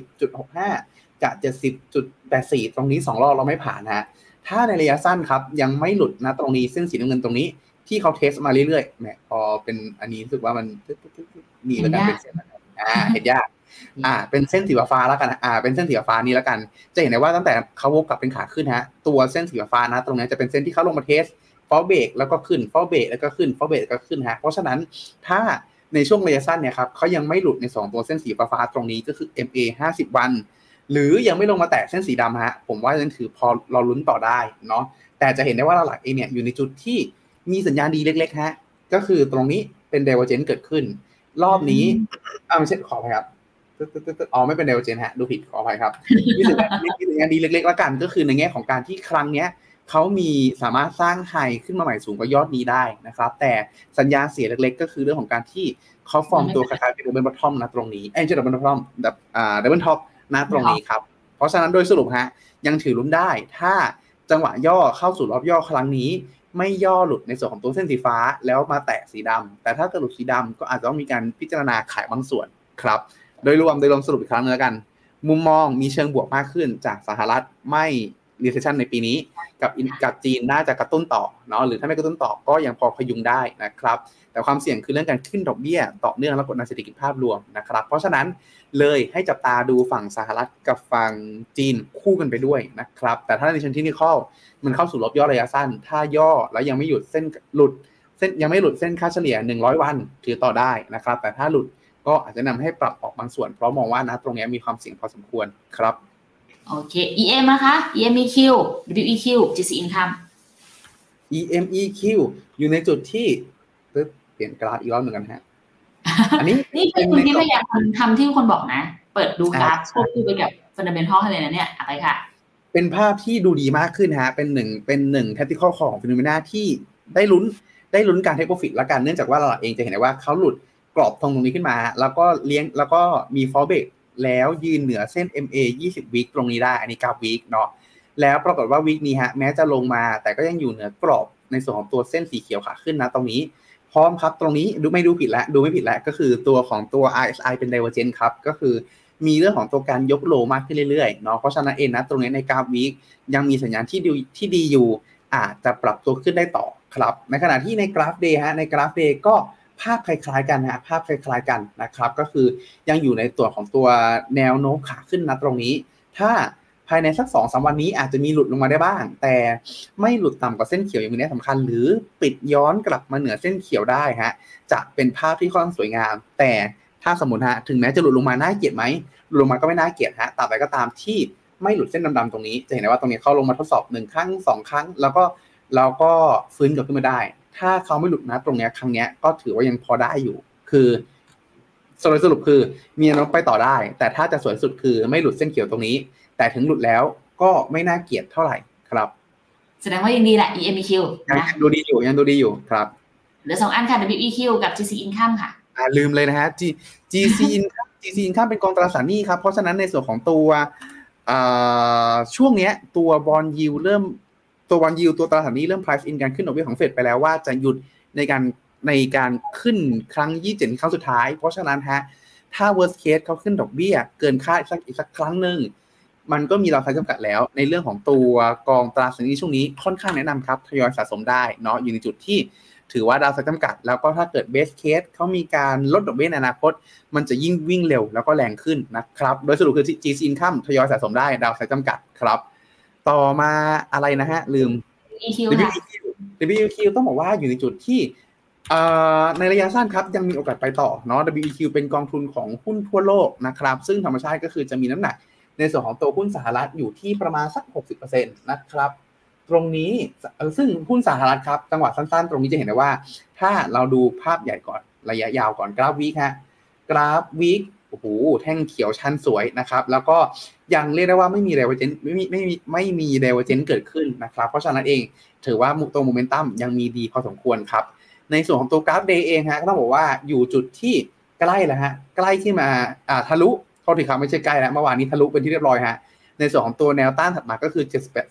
70.65 กับ 70.84 ตรงนี้2รอบเราไม่ผ่านฮะถ้าในระยะสั้นครับยังไม่หลุดนะตรงนี้เส้นสีน้ำเงินตรงนี้ที่เขาเทสมาเรื่อยๆแหมพอเป็นอันนี้รู้สึกว่ามันนี่แล้วกันเป็นเส้นเห็นยากเป็นเส้นสีฟ้าแล้วกันเป็นเส้นสีฟ้านี้แล้วกันจะเห็นได้ว่าตั้งแต่เขาวกกลับเป็นขาขึ้นฮะตัวเส้นสีฟ้านะตรงนี้จะเป็นเส้นที่เขาลงมาเทสฟอลเบรกแล้วก็ขึ้นฟอลเบรกแล้วก็ขึ้นฟอลเบรกแล้วก็ขึ้นฮะเพราะฉะนั้นถ้าในช่วงระยะสั้นเนี่ยครับเขายังไม่หลุดใน2ตัวเส้นสีฟ้าตรงนี้ก็คือ MA 50 วันหรือยังไม่ลงมาแตะเส้นสีดำฮะผมว่ายังถือพอเราลุ้นต่อได้เนาะแต่จะเห็นได้ว่าหลักเองเนี่ยอยู่ในจุดที่มีสัญญาณดีเล็กๆฮะก็คือตรงนี้เป็น divergence เกิดขึ้นรอบนี้ไม่ใช่ขออภัยครับไม่เป็นเดลเจนฮะดูผิดขออภัยครับมีสัญญาณดีเล็กๆแล้วกันก็คือในแง่ของการที่ครั้งเนี้ยเขามีสามารถสร้างไฮขึ้นมาใหม่สูงกว่ายอดนี้ได้นะครับแต่สัญญาณเสียเล็กๆก็คือเรื่องของการที่เขาฟอร์มตัวคล้ายๆเป็นดับเบิลบอททอมนะตรงนี้ไม่ใช่ดับเบิลบอททอมแบบดับเบิลท็อปนะตรงนี้ครับเพราะฉะนั้นโดยสรุปฮะยังถือลุ้นได้ถ้าจังหวะย่อเข้าสู่รอบย่อครั้งนี้ไม่ย่อหลุดในส่วนของตัวเส้นสีฟ้าแล้วมาแตะสีดำแต่ถ้าเกิดหลุดสีดำก็อาจจะต้องมีการพิจารณาขายบางส่วนครับโดยรวมสรุปอีกครั้งนึงแล้วกันมุมมองมีเชิงบวกมากขึ้นจากสหรัฐไม่ recession ในปีนี้กับจีนน่าจะกระตุ้นต่อเนาะหรือถ้าไม่กระตุ้นต่อก็ยังพอพยุงได้นะครับแต่ความเสี่ยงคือเรื่องการขึ้นดอกเบี้ยต่อเนื่องและกดดันเศรษฐกิจภาพรวมนะครับเพราะฉะนั้นเลยให้จับตาดูฝั่งสหรัฐกับฝั่งจีนคู่กันไปด้วยนะครับแต่ถ้าในเชิงเทคนิคอลมันเข้าสู่รอบย่อระยะสั้นถ้าย่อแล้วยังไม่หยุดเส้นยังไม่หลุดเส้นค่าเฉลี่ย100วันถือต่อได้นะครับแต่ถ้าหลุดก็อาจจะนำให้ปรับออกบางส่วนเพราะมองว่านะตรงนี้มีความเสี่ยงพอสมควรครับโอเค EM นะคะ EMEQ WEQ JC Income EMEQ อยู่ในจุดที่เปลี่ยนกราฟอีกรอบหนึ่งกันฮะอันนี้นี่คือคุณที่พยายามทำที่คนบอกนะเปิดดูกราฟควบคู่ไปกับ fundamental ให้เลยนะเนี่ยอะไรค่ะเป็นภาพที่ดูดีมากขึ้นฮะเป็นหนึ่ง tactical call ของ Phenomena ที่ได้ลุ้นการ take profit ละกันเนื่องจากว่าเราเองจะเห็นได้ว่าเขาหลุดกรอบตรงนี้ขึ้นมาแล้วก็เลี้ยงแล้วก็มี fall break แล้วยืนเหนือเส้น MA 20 วีคตรงนี้ได้อันนี้กราฟวีคเนาะแล้วปรากฏว่าวีคนี้ฮะแม้จะลงมาแต่ก็ยังอยู่เหนือกรอบในส่วนของตัวเส้นสีเขียวขาขึ้นนะตรงนี้พร้อมครับตรงนี้ดูไม่ผิดแล้วก็คือตัวของตัว RSI เป็น Divergent ครับก็คือมีเรื่องของตัวการยกโลมากขึ้นเรื่อยๆเนาะเพราะฉะนั้นเองนะตรงนี้ในกราฟวีคยังมีสัญญาณที่ดีอยู่อาจจะปรับตัวขึ้นได้ต่อครับในขณะที่ในกราฟเดย์ฮะในกราฟเดย์ก็ภาพคล้ายๆกันฮะภาพคล้ายๆกันนะครับก็คือยังอยู่ในตัวของตัวแนวโน้มขาขึ้นนะตรงนี้ถ้าภายในสัก 2-3 วันนี้อาจจะมีหลุดลงมาได้บ้างแต่ไม่หลุดต่ำกว่าเส้นเขียวอย่างนี้สำคัญหรือปิดย้อนกลับมาเหนือเส้นเขียวได้ฮะจะเป็นภาพที่ค่อนข้างสวยงามแต่ถ้าสมมุติฮะถึงแม้จะหลุดลงมาน่าเกลียดไหมหลุดลงมาก็ไม่น่าเกลียดฮะตราบใดก็ตามที่ไม่หลุดเส้นดำๆตรงนี้จะเห็นได้ว่าตรงนี้เขาลงมาทดสอบ1ครั้ง2ครั้งแล้วก็ฟื้นกลับขึ้นมาได้ถ้าเขาไม่หลุดนะตรงนี้ครั้งนี้ก็ถือว่ายังพอได้อยู่คือสรุปคือมีแนวโน้มไปต่อได้แต่ถ้าจะสวยสุดคือไม่หลุดเส้นเขียวตรงนี้แต่ถึงหลุดแล้วก็ไม่น่าเกลียดเท่าไหร่ครับแสดงว่ายังดีแหละ EMEQ นะยังดูดีอยู่ครับเหลือ2อันค่ะ WEQ กับ GC Income ค่ะลืมเลยนะฮะ GC Income เป็นกองตราสารหนี้ครับเพราะฉะนั้นในส่วนของตัวช่วงเนี้ยตัวบอนด์ยิลด์ตัวบอนด์ยิลด์ตัวตราสารหนี้เริ่ม price in การขึ้นดอกเบี้ยของเฟดไปแล้วว่าจะหยุดในการขึ้นครั้ง27ครั้งสุดท้ายเพราะฉะนั้นฮะถ้า worst case เขาขึ้นดอกเบี้ยเกินคาดอีกสักครั้งนึงมันก็มีราคาจำกัดแล้วในเรื่องของตัวกองตราสารหนี้ช่วงนี้ค่อนข้างแนะนำครับทยอยสะสมได้เนาะอยู่ในจุดที่ถือว่าดาวไซด์จำกัดแล้วก็ถ้าเกิด best case เขามีการลดดอกเบี้ยในอนาคตมันจะยิ่งวิ่งเร็วแล้วก็แรงขึ้นนะครับโดยสรุปคือ GC Income ทยอยสะสมได้ดาวไซด์จำกัดครับต่อมาอะไรนะฮะลืม WEQ ต้องบอกว่าอยู่ในจุดที่ในระยะสั้นครับยังมีโอกาสไปต่อเนาะ WEQ เป็นกองทุนของหุ้นทั่วโลกนะครับซึ่งธรรมชาติก็คือจะมีน้ำหนักในส่วนของตัวหุ้นสหรัฐอยู่ที่ประมาณสัก 60% นะครับตรงนี้ซึ่งหุ้นสหรัฐครับจังหวะสั้นๆตรงนี้จะเห็นได้ว่าถ้าเราดูภาพใหญ่ก่อนระยะยาวก่อนกราฟวีคฮะกราฟวีคโอ้โหแท่งเขียวชันสวยนะครับแล้วก็ยังเรียกได้ว่าไม่มีDivergenceไม่มีDivergenceเกิดขึ้นนะครับเพราะฉะนั้นเองถือว่าตัวโมเมนตัมยังมีดีพอสมควรครับในส่วนของตัวกราฟเดย์เองฮะก็ต้องบอกว่าอยู่จุดที่ใกล้แล้วฮะใกล้ที่มาทะลุโทษทีครับไม่ใช่ใกล้แล้วเมื่อวานนี้ทะลุเป็นที่เรียบร้อยฮะในส่วนของตัวแนวต้านถัดมาก็คือ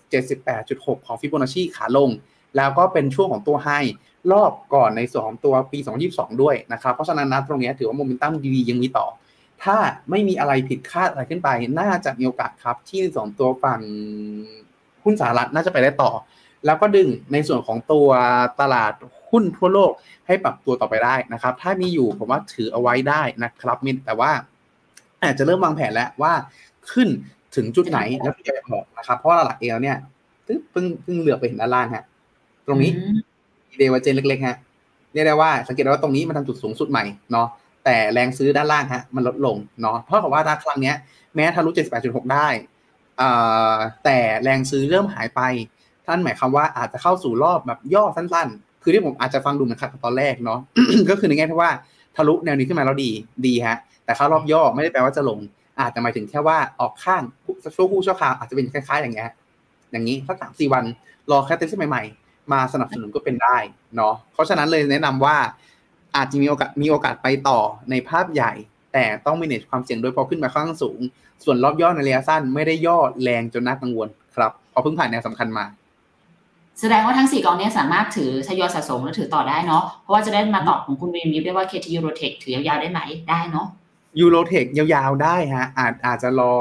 78.6 ของฟิโบนัชชีขาลงแล้วก็เป็นช่วงของตัวไฮรอบก่อนในส่วนของตัวปี2022ด้วยนะครับเพราะฉะนั้นนะตรงนี้ถือว่าโมเมนตัมดีๆยังมีต่อถ้าไม่มีอะไรผิดคาดอะไรขึ้นไปน่าจะมีโอกาสครับที่สองตัวฝั่งหุ้นสหรัฐน่าจะไปได้ต่อแล้วก็ดึงในส่วนของตัวตลาดหุ้นทั่วโลกให้ปรับตัวต่อไปได้นะครับถ้ามีอยู่ผมว่าถือเอาไว้ได้นะครับแต่ว่าอาจจะเริ่มวางแผนแล้วว่าขึ้นถึงจุดไหนแล้วจะออกนะครับเพราะหลักเอลเนี่ยเพิ่งเหลือไปเห็นด้านล่างฮะตรงนี้เดวเจนเล็กๆฮะเรียกได้ว่าสังเกตได้ว่าตรงนี้มันทำจุดสูงสุดใหม่เนาะแต่แรงซื้อด้านล่างฮะมันลดลงเนาะเพราะกับว่าครั้งนี้แม้ทะลุ 78.6 ได้แต่แรงซื้อเริ่มหายไปท่านหมายความว่าอาจจะเข้าสู่รอบแบบย่อสั้นๆคือที่ผมอาจจะฟังดูเหมือนขัดตอนแรกเนาะ ก็คือในแง่ที่ว่าทะลุแนวนี้ขึ้นมาแล้วดีฮะแต่เข้ารอบย่อไม่ได้แปลว่าจะลงอาจจะหมายถึงแค่ว่าออกข้างชั่วคราวอาจจะเป็นคล้ายๆอย่างเงี้ยอย่างนี้สัก 3-4 วันรอแคตตาลิสต์ใหม่ๆมาสนับสนุนก็เป็นได้เนาะเพราะฉะนั้นเลยแนะนำว่าอาจจะมีโอกาสไปต่อในภาพใหญ่แต่ต้อง manage ความเสี่ยงโดยพอขึ้นมาค่อนข้างสูงส่วนรอบย่อในระยะสั้นไม่ได้ย่อแรงจนน่ากังวลครับพอเพิ่งผ่านแนวสำคัญมาแสดงว่าทั้ง4กองนี้สามารถถือทยอยสะสมและถือต่อได้เนาะเพราะว่าจะได้มาตอบของคุณวิมยิบได้ว่า KT Eurotech ถือยาวๆได้ไหมได้เนาะ Eurotech ยาวๆได้ฮะอาจจะรอ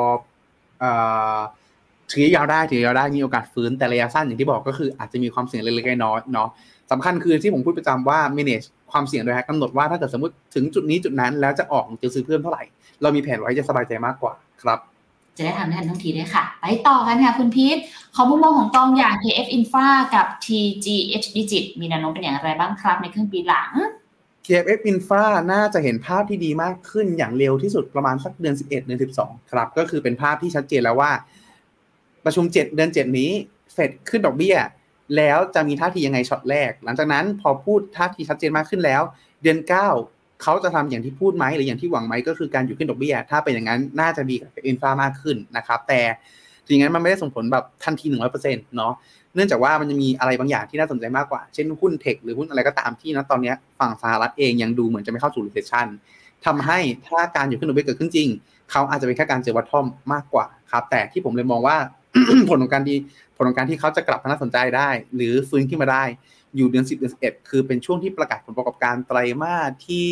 ถือยาวได้มีโอกาสฟื้นแต่ระยะสั้นอย่างที่บอกก็คืออาจจะมีความเสี่ยงเล็กๆน้อยๆเนาะสำคัญคือที่ผมพูดประจำว่า manage ความเสี่ยงโดยกำหนดว่าถ้าเกิดสมมติถึงจุดนี้จุดนั้นแล้วจะออกจะซื้อเพิ่มเท่าไหร่เรามีแผนไว้จะสบายใจมากกว่าครับจะได้ทำได้ทันท่วงทีด้วยค่ะไปต่อกันค่ะคุณพีทขอมุมมองของกองอย่าง KF Infra กับ TGH Digit มีแนวโน้มเป็นอย่างไรบ้างครับในครึ่งปีหลัง KF Infra น่าจะเห็นภาพที่ดีมากขึ้นอย่างเร็วที่สุดประมาณสักเดือน11เดือน12ครับก็คือเป็นภาพที่ชัดเจนแล้วว่าประชุม7เดือน7นี้เฟดขึ้นดอกเบี้ยแล้วจะมีท่าทียังไงช็อตแรกหลังจากนั้นพอพูดท่าทีชัดเจนมากขึ้นแล้วเดือน9เขาจะทำอย่างที่พูดไหมหรืออย่างที่หวังไหมก็คือการหยุดขึ้นดอกเบี้ยถ้าเป็นอย่างนั้นน่าจะดีกับอินฟรามากขึ้นนะครับแต่ถึงอย่างนั้นมันไม่ได้ส่งผลแบบทันที 100% เนาะเนื่องจากว่ามันจะมีอะไรบางอย่างที่น่าสนใจมากกว่าเช่นหุ้นเทคหรือหุ้นอะไรก็ตามที่นะตอนนี้ฝั่งสหรัฐเองยังดูเหมือนจะไม่เข้าสู่ recession ทำให้ถ้าการอยู่ขึ้นดอกเบี้ยเกิดขึ้นจริงเขาอาจจะเป็นแค่การเจอบอททอมมากกว่าครับแต่ที่ผมเลยมองว่า ผลของการที่เขาจะกลับมาน่าสนใจได้หรือฟื้นขึ้นมาได้อยู่เดือน10เดือน11คือเป็นช่วงที่ประกาศผลประกอบการไตรมาสที่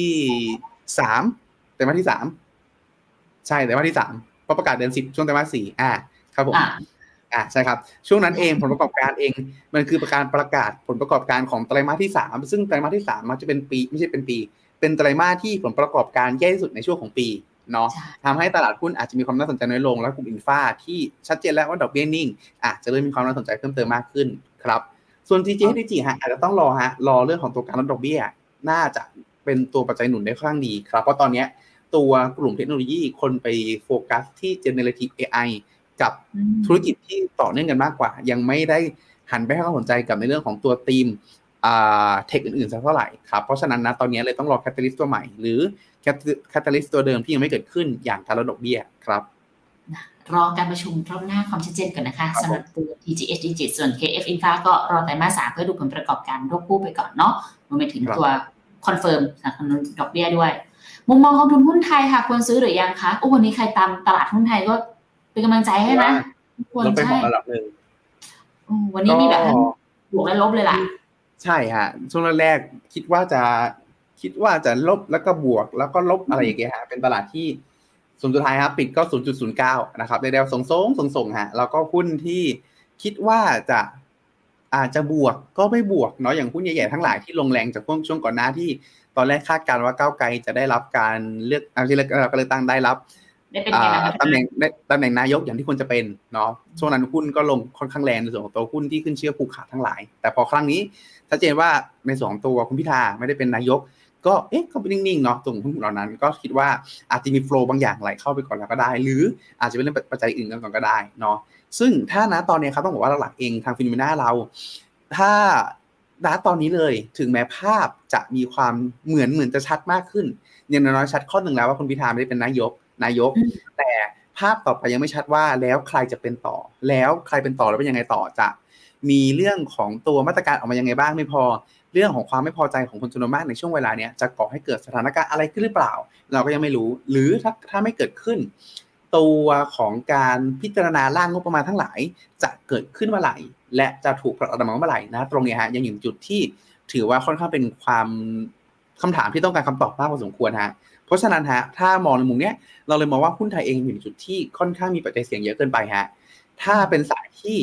3ไตรมาสที่3ใช่ไตรมาสที่3เพราะประกาศเดือน10ช่วงไตรมาส4ครับผมใช่ครับช่วงนั้นเองผลประกอบการเองมันคือการประกาศผลประกอบการของไตรมาสที่3ซึ่งไตรมาสที่3มันจะเป็นปีไม่ใช่เป็นปีเป็นไตรมาสที่ผลประกอบการแย่ที่สุดในช่วงของปีเนาะทำให้ตลาดหุ้นอาจจะมีความน่าสนใจน้อยลงแล้วกลุ่มอินฟาที่ชัดเจนแล้วว่าดอกเบี้ยนิ่งอาจจะเริ่มมีความน่าสนใจเพิ่มเติมมากขึ้นครับส่วน GGHDG อาจจะต้องรอเรื่องของตัวการลดดอกเบี้ยน่าจะเป็นตัวปัจจัยหนุนได้ค่อนข้างดีครับเพราะตอนนี้ตัวกลุ่มเทคโนโลยีคนไปโฟกัสที่ generative AI กับธุรกิจที่ต่อเนื่องกันมากกว่ายังไม่ได้หันไปให้ความสนใจกับในเรื่องของตัวธีมเทคอื่นๆสักเท่าไหร่ครับเพราะฉะนั้นนะตอนนี้เลยต้องรอแคตตาลิสต์ตัวใหม่หรือแคตตาลิสต์ตัวเดิมที่ยังไม่เกิดขึ้นอย่างการลดดอกเบี้ยครับรอการประชุมรอบหน้าความชัดเจนก่อนนะคะสำหรับตัว TGH Digit ส่วน KF Infra ก็รอไตรมาส 3เพื่อดูผลประกอบการควบคู่ไปก่อนเนาะรวมไปถึงตัวคอนเฟิร์มสนับสนุนดอกเบี้ยด้วยมุมมองกองทุนหุ้นไทยค่ะควรซื้อหรือยังคะวันนี้ใครตามตลาดหุ้นไทยก็เป็นกำลังใจให้นะควรใช่ระดับนึงวันนี้มีแบบบวกและลบเลยล่ะใช่ฮะช่วงแรกคิดว่าจะลบแล้วก็บวกแล้วก็ลบอะไรอย่างเงี้ยฮะเป็นตลาดที่สุดท้ายครับปิดก็ 0.09 นะครับได้ๆส่งฮะแล้วก็หุ้นที่คิดว่าอาจจะบวกก็ไม่บวกเนาะอย่างหุ้นใหญ่ๆทั้งหลายที่ลงแรงจากช่วงก่อนหน้าที่ตอนแรกคาดการณ์ว่าก้าวไกลจะได้รับการเลือกที่เลือกตั้งได้รับตำแหน่งนายกอย่างที่ควรจะเป็นเนาะช่วงนั้นหุ้นก็ลงค่อนข้างแรงในส่วนของตัวหุ้นที่ขึ้นเชื่อผูกขาดทั้งหลายแต่พอครั้งนี้ชัดเจนว่าในส่วนของตัวคุณพิธาไม่ได้เป็นนายกก็ก็เป็นนิ่งๆเนาะตรงหุ้นเหล่านั้นก็คิดว่าอาจจะมีโฟลว์บางอย่างไหลเข้าไปก่อนแล้วก็ได้หรืออาจจะเป็นเรื่องปัจจัยอื่นก่อนก็ได้เนาะซึ่งถ้าณตอนนี้ครับต้องบอกว่าหลักๆเองทางฟิโนเมนาเราถ้าณตอนนี้เลยถึงแม้ภาพจะมีความเหมือนจะชัดมากขึ้นอย่างน้อยชัดข้อหนึ่งแล้วว่าคุณพิธาไม่ได้เป็นนายกแต่ภาพต่อไปยังไม่ชัดว่าแล้วใครจะเป็นต่อแล้วใครเป็นต่อแล้วเป็นยังไงต่อจะมีเรื่องของตัวมาตรการออกมายังไงบ้างไม่พอเรื่องของความไม่พอใจของคนจำนวนมากในช่วงเวลาเนี้ยจะก่อให้เกิดสถานการณ์อะไรขึ้นหรือเปล่าเราก็ยังไม่รู้หรือถ้าไม่เกิดขึ้นตัวของการพิจารณาร่างงบประมาณทั้งหลายจะเกิดขึ้นเมื่อไหร่และจะถูกผลักดันมาเมื่อไหร่นะตรงนี้ฮะยังอยู่จุดที่ถือว่าค่อนข้างเป็นความคำถามที่ต้องการคำตอบมากพอสมควรฮะเพราะฉะนั้นฮะถ้ามองในมุมเนี้ยเราเลยมองว่าหุ้นไทยเองอยู่ในจุดที่ค่อนข้างมีปัจจัยเสี่ยงเยอะเกินไปฮะถ้าเป็นสายที่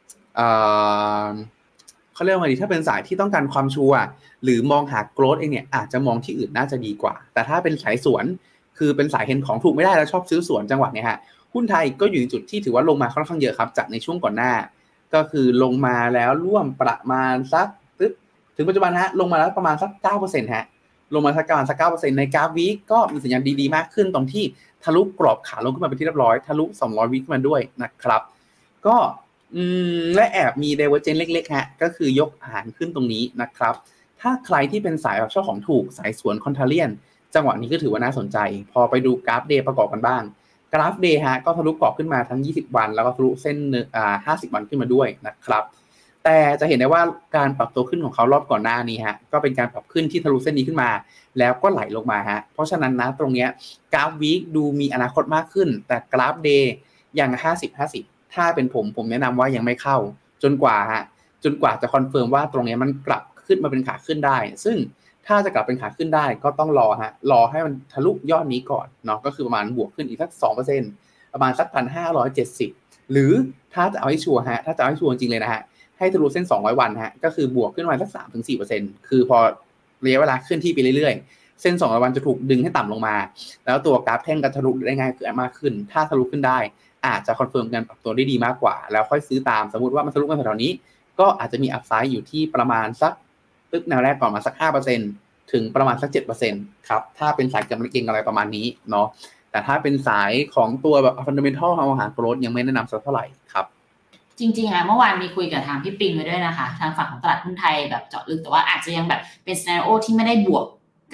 เขาเรียกว่าถ้าเป็นสายที่ต้องการความชัวร์หรือมองหาโกรธเองเนี่ยอาจจะมองที่อื่นน่าจะดีกว่าแต่ถ้าเป็นสายสวนคือเป็นสายเห็นของถูกไม่ได้แล้วชอบซื้อสวนจังหวะเนี่ยฮะหุ้นไทยก็อยู่ในจุดที่ถือว่าลงมาค่อนข้างเยอะครับจากในช่วงก่อนหน้าก็คือลงมาแล้วร่วมประมาณสักถึงปัจจุบันฮะลงมาแล้วประมาณสัก 9% ฮะลงมาสักประมาณสัก 9% ในกราฟวีคก็มีสัญญาณดีๆมากขึ้นตรงที่ทะลุกรอบขาลงขึ้นมาเป็นที่เรียบร้อยทะลุ200วิขึ้นมาด้วยนะครับก็และแอบมี divergence เล็กๆฮะก็คือยกหางขึ้นตรงนี้นะครับถ้าใครที่เป็นสายแบบชอบของถูกสายสวนคอนทราเลียนจังหวะนี้ก็ถือว่าน่าสนใจพอไปดูกราฟเดย์ประกอบกันบ้างกราฟเดย์ฮะก็ทะลุกรอบขึ้นมาทั้ง20วันแล้วก็ทะลุเส้น50วันขึ้นมาด้วยนะครับแต่จะเห็นได้ว่าการปรับตัวขึ้นของเขารอบก่อนหน้านี้ฮะก็เป็นการปรับขึ้นที่ทะลุเส้นนี้ขึ้นมาแล้วก็ไหลลงมาฮะเพราะฉะนั้นนะตรงเนี้ยกราฟวีคดูมีอนาคตมากขึ้นแต่กราฟเดย์ยัง50-50ถ้าเป็นผมแนะนำว่ายังไม่เข้าจนกว่าจะคอนเฟิร์มว่าตรงนี้มันกลับขึ้นมาเป็นขาขึ้นได้ซึ่งถ้าจะกลับเป็นขาขึ้นได้ก็ต้องรอให้มันทะลุยอดนี้ก่อนเนาะก็คือประมาณบวกขึ้นอีกสัก 2% ประมาณสัก 1,570 หรือถ้าจะเอาให้ชัวร์ถ้าจะเอาให้ชัวร์จริงเลยนะฮะให้ทะลุเส้น200วันก็คือบวกขึ้นมาสัก 3-4% คือพอระยะเวลาเคลื่อนที่ไปเรื่อยๆเส้น200วันจะถูกดึงให้ต่ำลงมาแล้วตัวกราฟแท่งก็ทะลุได้ง่ายขึ้นมากขึ้นถ้าทะลุขึ้นได้อาจจะคอนเฟิร์มการปรับตัวได้ดีมากกว่าแล้วค่อยซื้อตามสมมุติว่ามันทะลุมาแถวๆนี้ก็อาจจะมีอัพไซด์อยู่ที่ประมาณสักแนวแรกก่อนมาสัก 5% ถึงประมาณสัก 7% ครับถ้าเป็นสายกำไรเก็งอะไรประมาณนี้เนาะแต่ถ้าเป็นสายของตัวแบบ fundamental เอาหาโกรธยังไม่แนะนำสักเท่าไหร่ครับจริงๆเมื่อวานมีคุยกับทางพี่ปิงไว้ด้วยนะคะทางฝั่งของตลาดหุ้นไทยแบบเจาะลึกแต่ว่าอาจจะยังแบบเป็นซีนาริโอที่ไม่ได้บวกกับ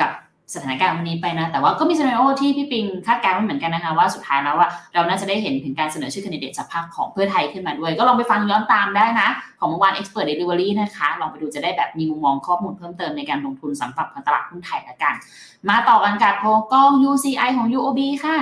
สถานการณ์วันนี้ไปนะแต่ว่าก็มีซีนาริโอที่พี่ปิงคาดการณ์ไว้เหมือนกันนะคะว่าสุดท้ายแล้วว่าเราน่าจะได้เห็นถึงการเสนอชื่อแคนดิเดตจากพรรคของเพื่อไทยขึ้นมาด้วยก็ลองไปฟังย้อนตามได้นะของเมื่อวาน Expert Delivery นะคะลองไปดูจะได้แบบมีมุมมองข้อมูลเพิ่มเติมในการลงทุนสำหรับตลาดหุ้นไทยละกันมาต่อกันกับโครงกอง UCI ของ UOB ค่ะ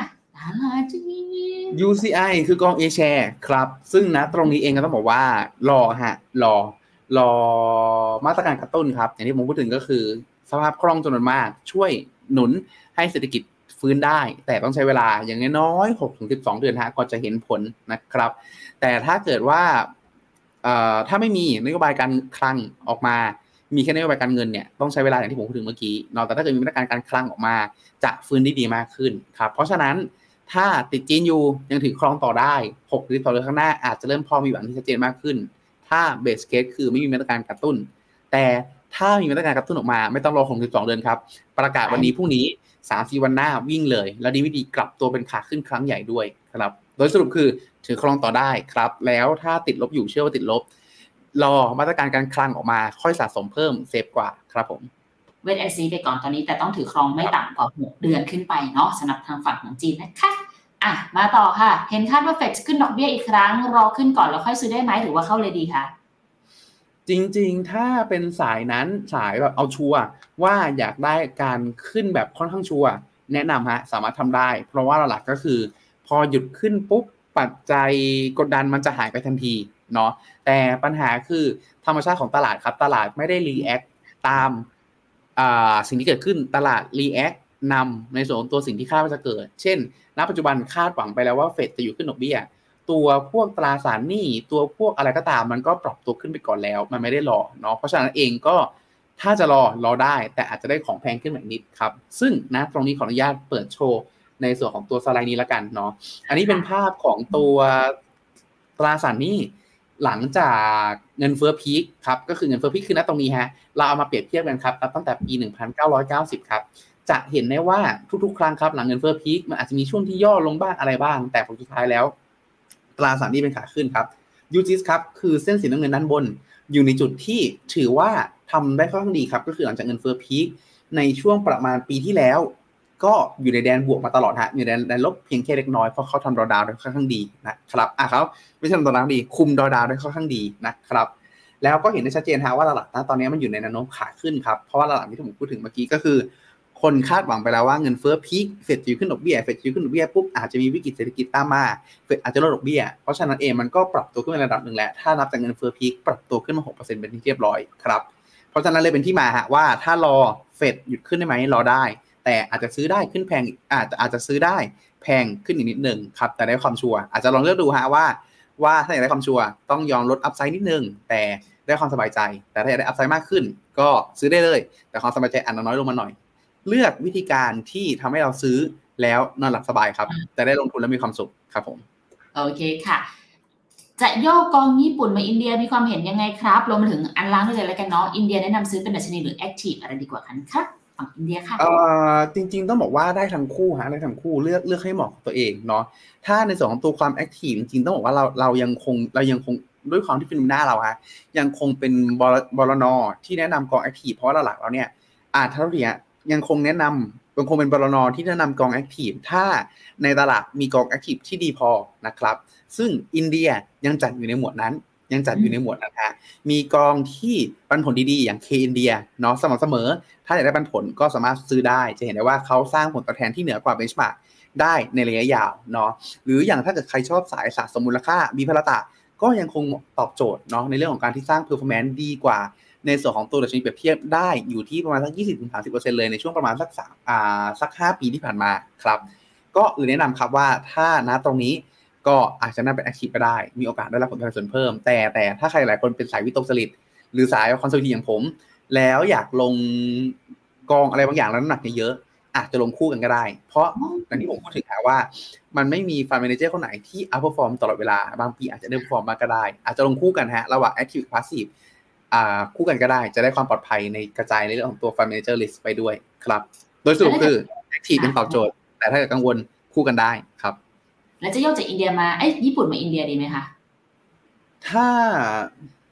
UCI คือกอง A share ครับซึ่งนะตรงนี้เองก็ต้องบอกว่ารอมาตรการกระตุ้นครับอย่างที่ผมพูดถึงก็คือสภาพคล่องจำนวนมากช่วยหนุนให้เศรษฐกิจฟื้นได้แต่ต้องใช้เวลาอย่างน้อยๆ 6-12 เดือนก่อนจะเห็นผลนะครับแต่ถ้าเกิดว่าถ้าไม่มีนโยบายการคลังออกมามีแค่นโยบายการเงินเนี่ยต้องใช้เวลาอย่างที่ผมพูดถึงเมื่อกี้เนาะแต่ถ้าเกิดมีมาตรการการคลังออกมาจะฟื้นได้ดีมากขึ้นครับเพราะฉะนั้นถ้าติดจีนอยู่ยังถือครองต่อได้6 หรือต่อเดือนข้างหน้าอาจจะเริ่มพอมีหวังที่ชัดเจนมากขึ้นถ้าเบสเคสคือไม่มีมาตรการกระตุ้นแต่ถ้ามีมาตรการกระตุ้นออกมาไม่ต้องรอ12 เดือนครับประกาศวันนี้พรุ่งนี้ 3-4 วันหน้าวิ่งเลยแล้วดีไม่ดีกลับตัวเป็นขาขึ้นครั้งใหญ่ด้วยครับโดยสรุปคือถือครองต่อได้ครับแล้วถ้าติดลบอยู่เชื่อว่าติดลบรอมาตรการการคลังออกมาค่อยสะสมเพิ่มเซฟกว่าครับผมเวทแอนซีไปก่อนตอนนี้แต่ต้องถือครองไม่ต่ำกว่า6 เดือนขึ้นไปเนาะสำหรับทางฝั่งของจีนนะคะมาต่อค่ะเห็นคาดว่าเฟดจะขึ้นดอกเบี้ยอีกครั้งรอขึ้นก่อนแล้วค่อยซื้อได้ไหมหรือว่าเข้าเลยดีคะจริงๆถ้าเป็นสายนั้นสายแบบเอาชัวร์ว่าอยากได้การขึ้นแบบค่อนข้างชัวร์แนะนำฮะสามารถทำได้เพราะว่าหลักก็คือพอหยุดขึ้นปุ๊บปัจจัยกดดันมันจะหายไปทันทีเนาะแต่ปัญหาคือธรรมชาติของตลาดครับตลาดไม่ได้รีแอคตามสิ่งที่เกิดขึ้นตลาดรีแอคนำในส่วนของตัวสิ่งที่คาดว่าจะเกิดเช่นณปัจจุบันคาดหวังไปแล้วว่าเฟดจะอยู่ขึ้นดอกเบี้ยตัวพวกตราสารหนี้ตัวพวกอะไรก็ตามมันก็ปรับตัวขึ้นไปก่อนแล้วมันไม่ได้รอเนาะเพราะฉะนั้นเองก็ถ้าจะรอได้แต่อาจจะได้ของแพงขึ้นแบบนิดครับซึ่งนะตรงนี้ขออนุญาตเปิดโชว์ในส่วนของตัวสไลด์นี้ละกันเนาะอันนี้เป็นภาพของตัวตราสารหนี้หลังจากเงินเฟ้อพีคครับก็คือเงินเฟ้อพีคคือณตรงนี้ฮะเราเอามาเปรียบเทียบกันครับตั้งแต่ปี 1990 ครับจะเห็นได้ว่าทุกๆครั้งครับหลังเงินเฟ้อพีคมันอาจจะมีช่วงที่ย่อลงบ้างอะไรบ้างแต่ผลสุดท้ายแล้วตราสารหนี้เป็นขาขึ้นครับยูจิสครับคือเส้นสีน้ำเงินด้านบนอยู่ในจุดที่ถือว่าทำได้ค่อนข้างดีครับก็คือหลังจากเงินเฟ้อพีคในช่วงประมาณปีที่แล้วก็อยู่ในแดนบวกมาตลอดฮะอยู่ในแดนลบเพียงแค่เล็กน้อยเพราะเขาทำดอดาวได้ค่อนข้างดีนะครับเขาไม่ใช่ทำดอดาวดีคุมดอดาวได้ค่อนข้างดีนะครับแล้วก็เห็นได้ชัดเจนฮะว่าตลาดตอนนี้มันอยู่ในแนวโน้มขาขึ้นครับเพราะว่าตลาดที่ผมพูดถึงเมื่อกี้ก็คือคนคาดหวังไปแล้วว่าเงินเฟ้อพีคเฟดจะขึ้นดอกเบี้ยปุ๊บอาจจะมีวิกฤตเศรษฐกิจตามมาเฟดอาจจะลดดอกเบี้ยเพราะฉะนั้นเองมันก็ปรับตัวขึ้นในระดับหนึ่งแล้วถ้านับจากเงินเฟ้อพีคปรับตัวขึ้นมา 6% เป็นที่เรียบร้อยครับเพราะฉะนั้นเลยเป็นที่มาฮะว่าถ้ารอเฟดหยุดขึ้นได้ไหมรอได้แต่อาจจะซื้อได้ขึ้นแพงอาจจะซื้อได้แพงขึ้นอีกนิดนึงครับแต่ได้ความชัวร์อาจจะลองเลือกดูฮะว่าถ้าอยากได้ความชัวร์ต้องยอมลดอัพไซด์นิดนึงแต่ได้ความสบายใจแต่ถ้าอยากได้อัพไซด์มากขึ้นก็ซื้อได้เลยแต่ความสบายใจอาจจะน้อยลงมาหน่อยเลือกวิธีการที่ทำให้เราซื้อแล้วนอนหลับสบายครับแต่ได้ลงทุนแล้วมีความสุขครับผมโอเคค่ะจะโยกกองญี่ปุ่นมาอินเดียมีความเห็นยังไงครับรวมถึงอันล่างด้วยเลยแล้วกันเนาะอินเดียแนะนำซื้อเป็นดัชนีหรือแอคทีฟอะไรดีกว่ากันครับฝั่งอินเดียค่ะจริงๆต้องบอกว่าได้ทั้งคู่ฮะได้ทั้งคู่เลือกให้เหมาะกับตัวเองเนาะถ้าในส่วนของตัวความแอคทีฟจริงๆต้องบอกว่าเรายังคงด้วยความที่ฟิโนเมนาเราฮะยังคงเป็นบลน.ที่แนะนำกองแอคทีฟเพราะว่าหลักๆแล้วเนี่ยถ้าเราเนี่ยยังคงแนะนำยังคงเป็นบลน.ที่แนะนำกองแอคทีฟถ้าในตลาดมีกองแอคทีฟที่ดีพอนะครับซึ่งอินเดียยังจัดอยู่ในหมวดนั้นฮะมีกองที่ปันผลดีๆอย่าง K India เนาะสม่ำเสมอถ้าอยากได้ปันผลก็สามารถซื้อได้จะเห็นได้ว่าเขาสร้างผลตอบแทนที่เหนือกว่าเบนช์มาร์กได้ในระยะยาวเนาะหรืออย่างถ้าเกิดใครชอบสายสะสมมูลค่าบีพลตะก็ยังคงตอบโจทย์เนาะในเรื่องของการที่สร้าง performance ดีกว่าในส่วนของตัวดัชนีเปรียบเทียบได้อยู่ที่ประมาณสัก 20-30% เลยในช่วงประมาณสัก 5 ปีที่ผ่านมาครับก็เลยแนะนำครับว่าถ้าณตรงนี้ก็อาจจะน่าเป็นแอคทีฟก็ได้มีโอกาสได้รับผลตอบแทนส่วนเพิ่มแต่ถ้าใครหลายคนเป็นสายวิตกจริตหรือสายคอนเซอร์เวทีฟอย่างผมแล้วอยากลงกองอะไรบางอย่างแล้วน้ำหนักเยอะอาจจะลงคู่กันก็ได้เพราะอย่างที่ผมพูดถึงว่ามันไม่มีฟันด์แมเนเจอร์คนไหนที่อัพเพอร์ฟอร์มตลอดเวลาบางปีอาจจะได้เพอร์ฟอร์มมากก็ได้อาจจะลงคู่กันฮะระหว่างแอคทีฟกับพาสซีฟคู่กันก็ได้จะได้ความปลอดภัยในกระจายในเรื่องของตัวฟันด์แมเนเจอร์ลิสต์ไปด้วยครับโดยสรุปคือแอคทีฟเป็นตอบโจทย์แต่ถ้าเกิดกังวลคู่กันได้ครับแล้วจะโยกจากอินเดียมาญี่ปุ่นมาอินเดียดีไหมคะถ้า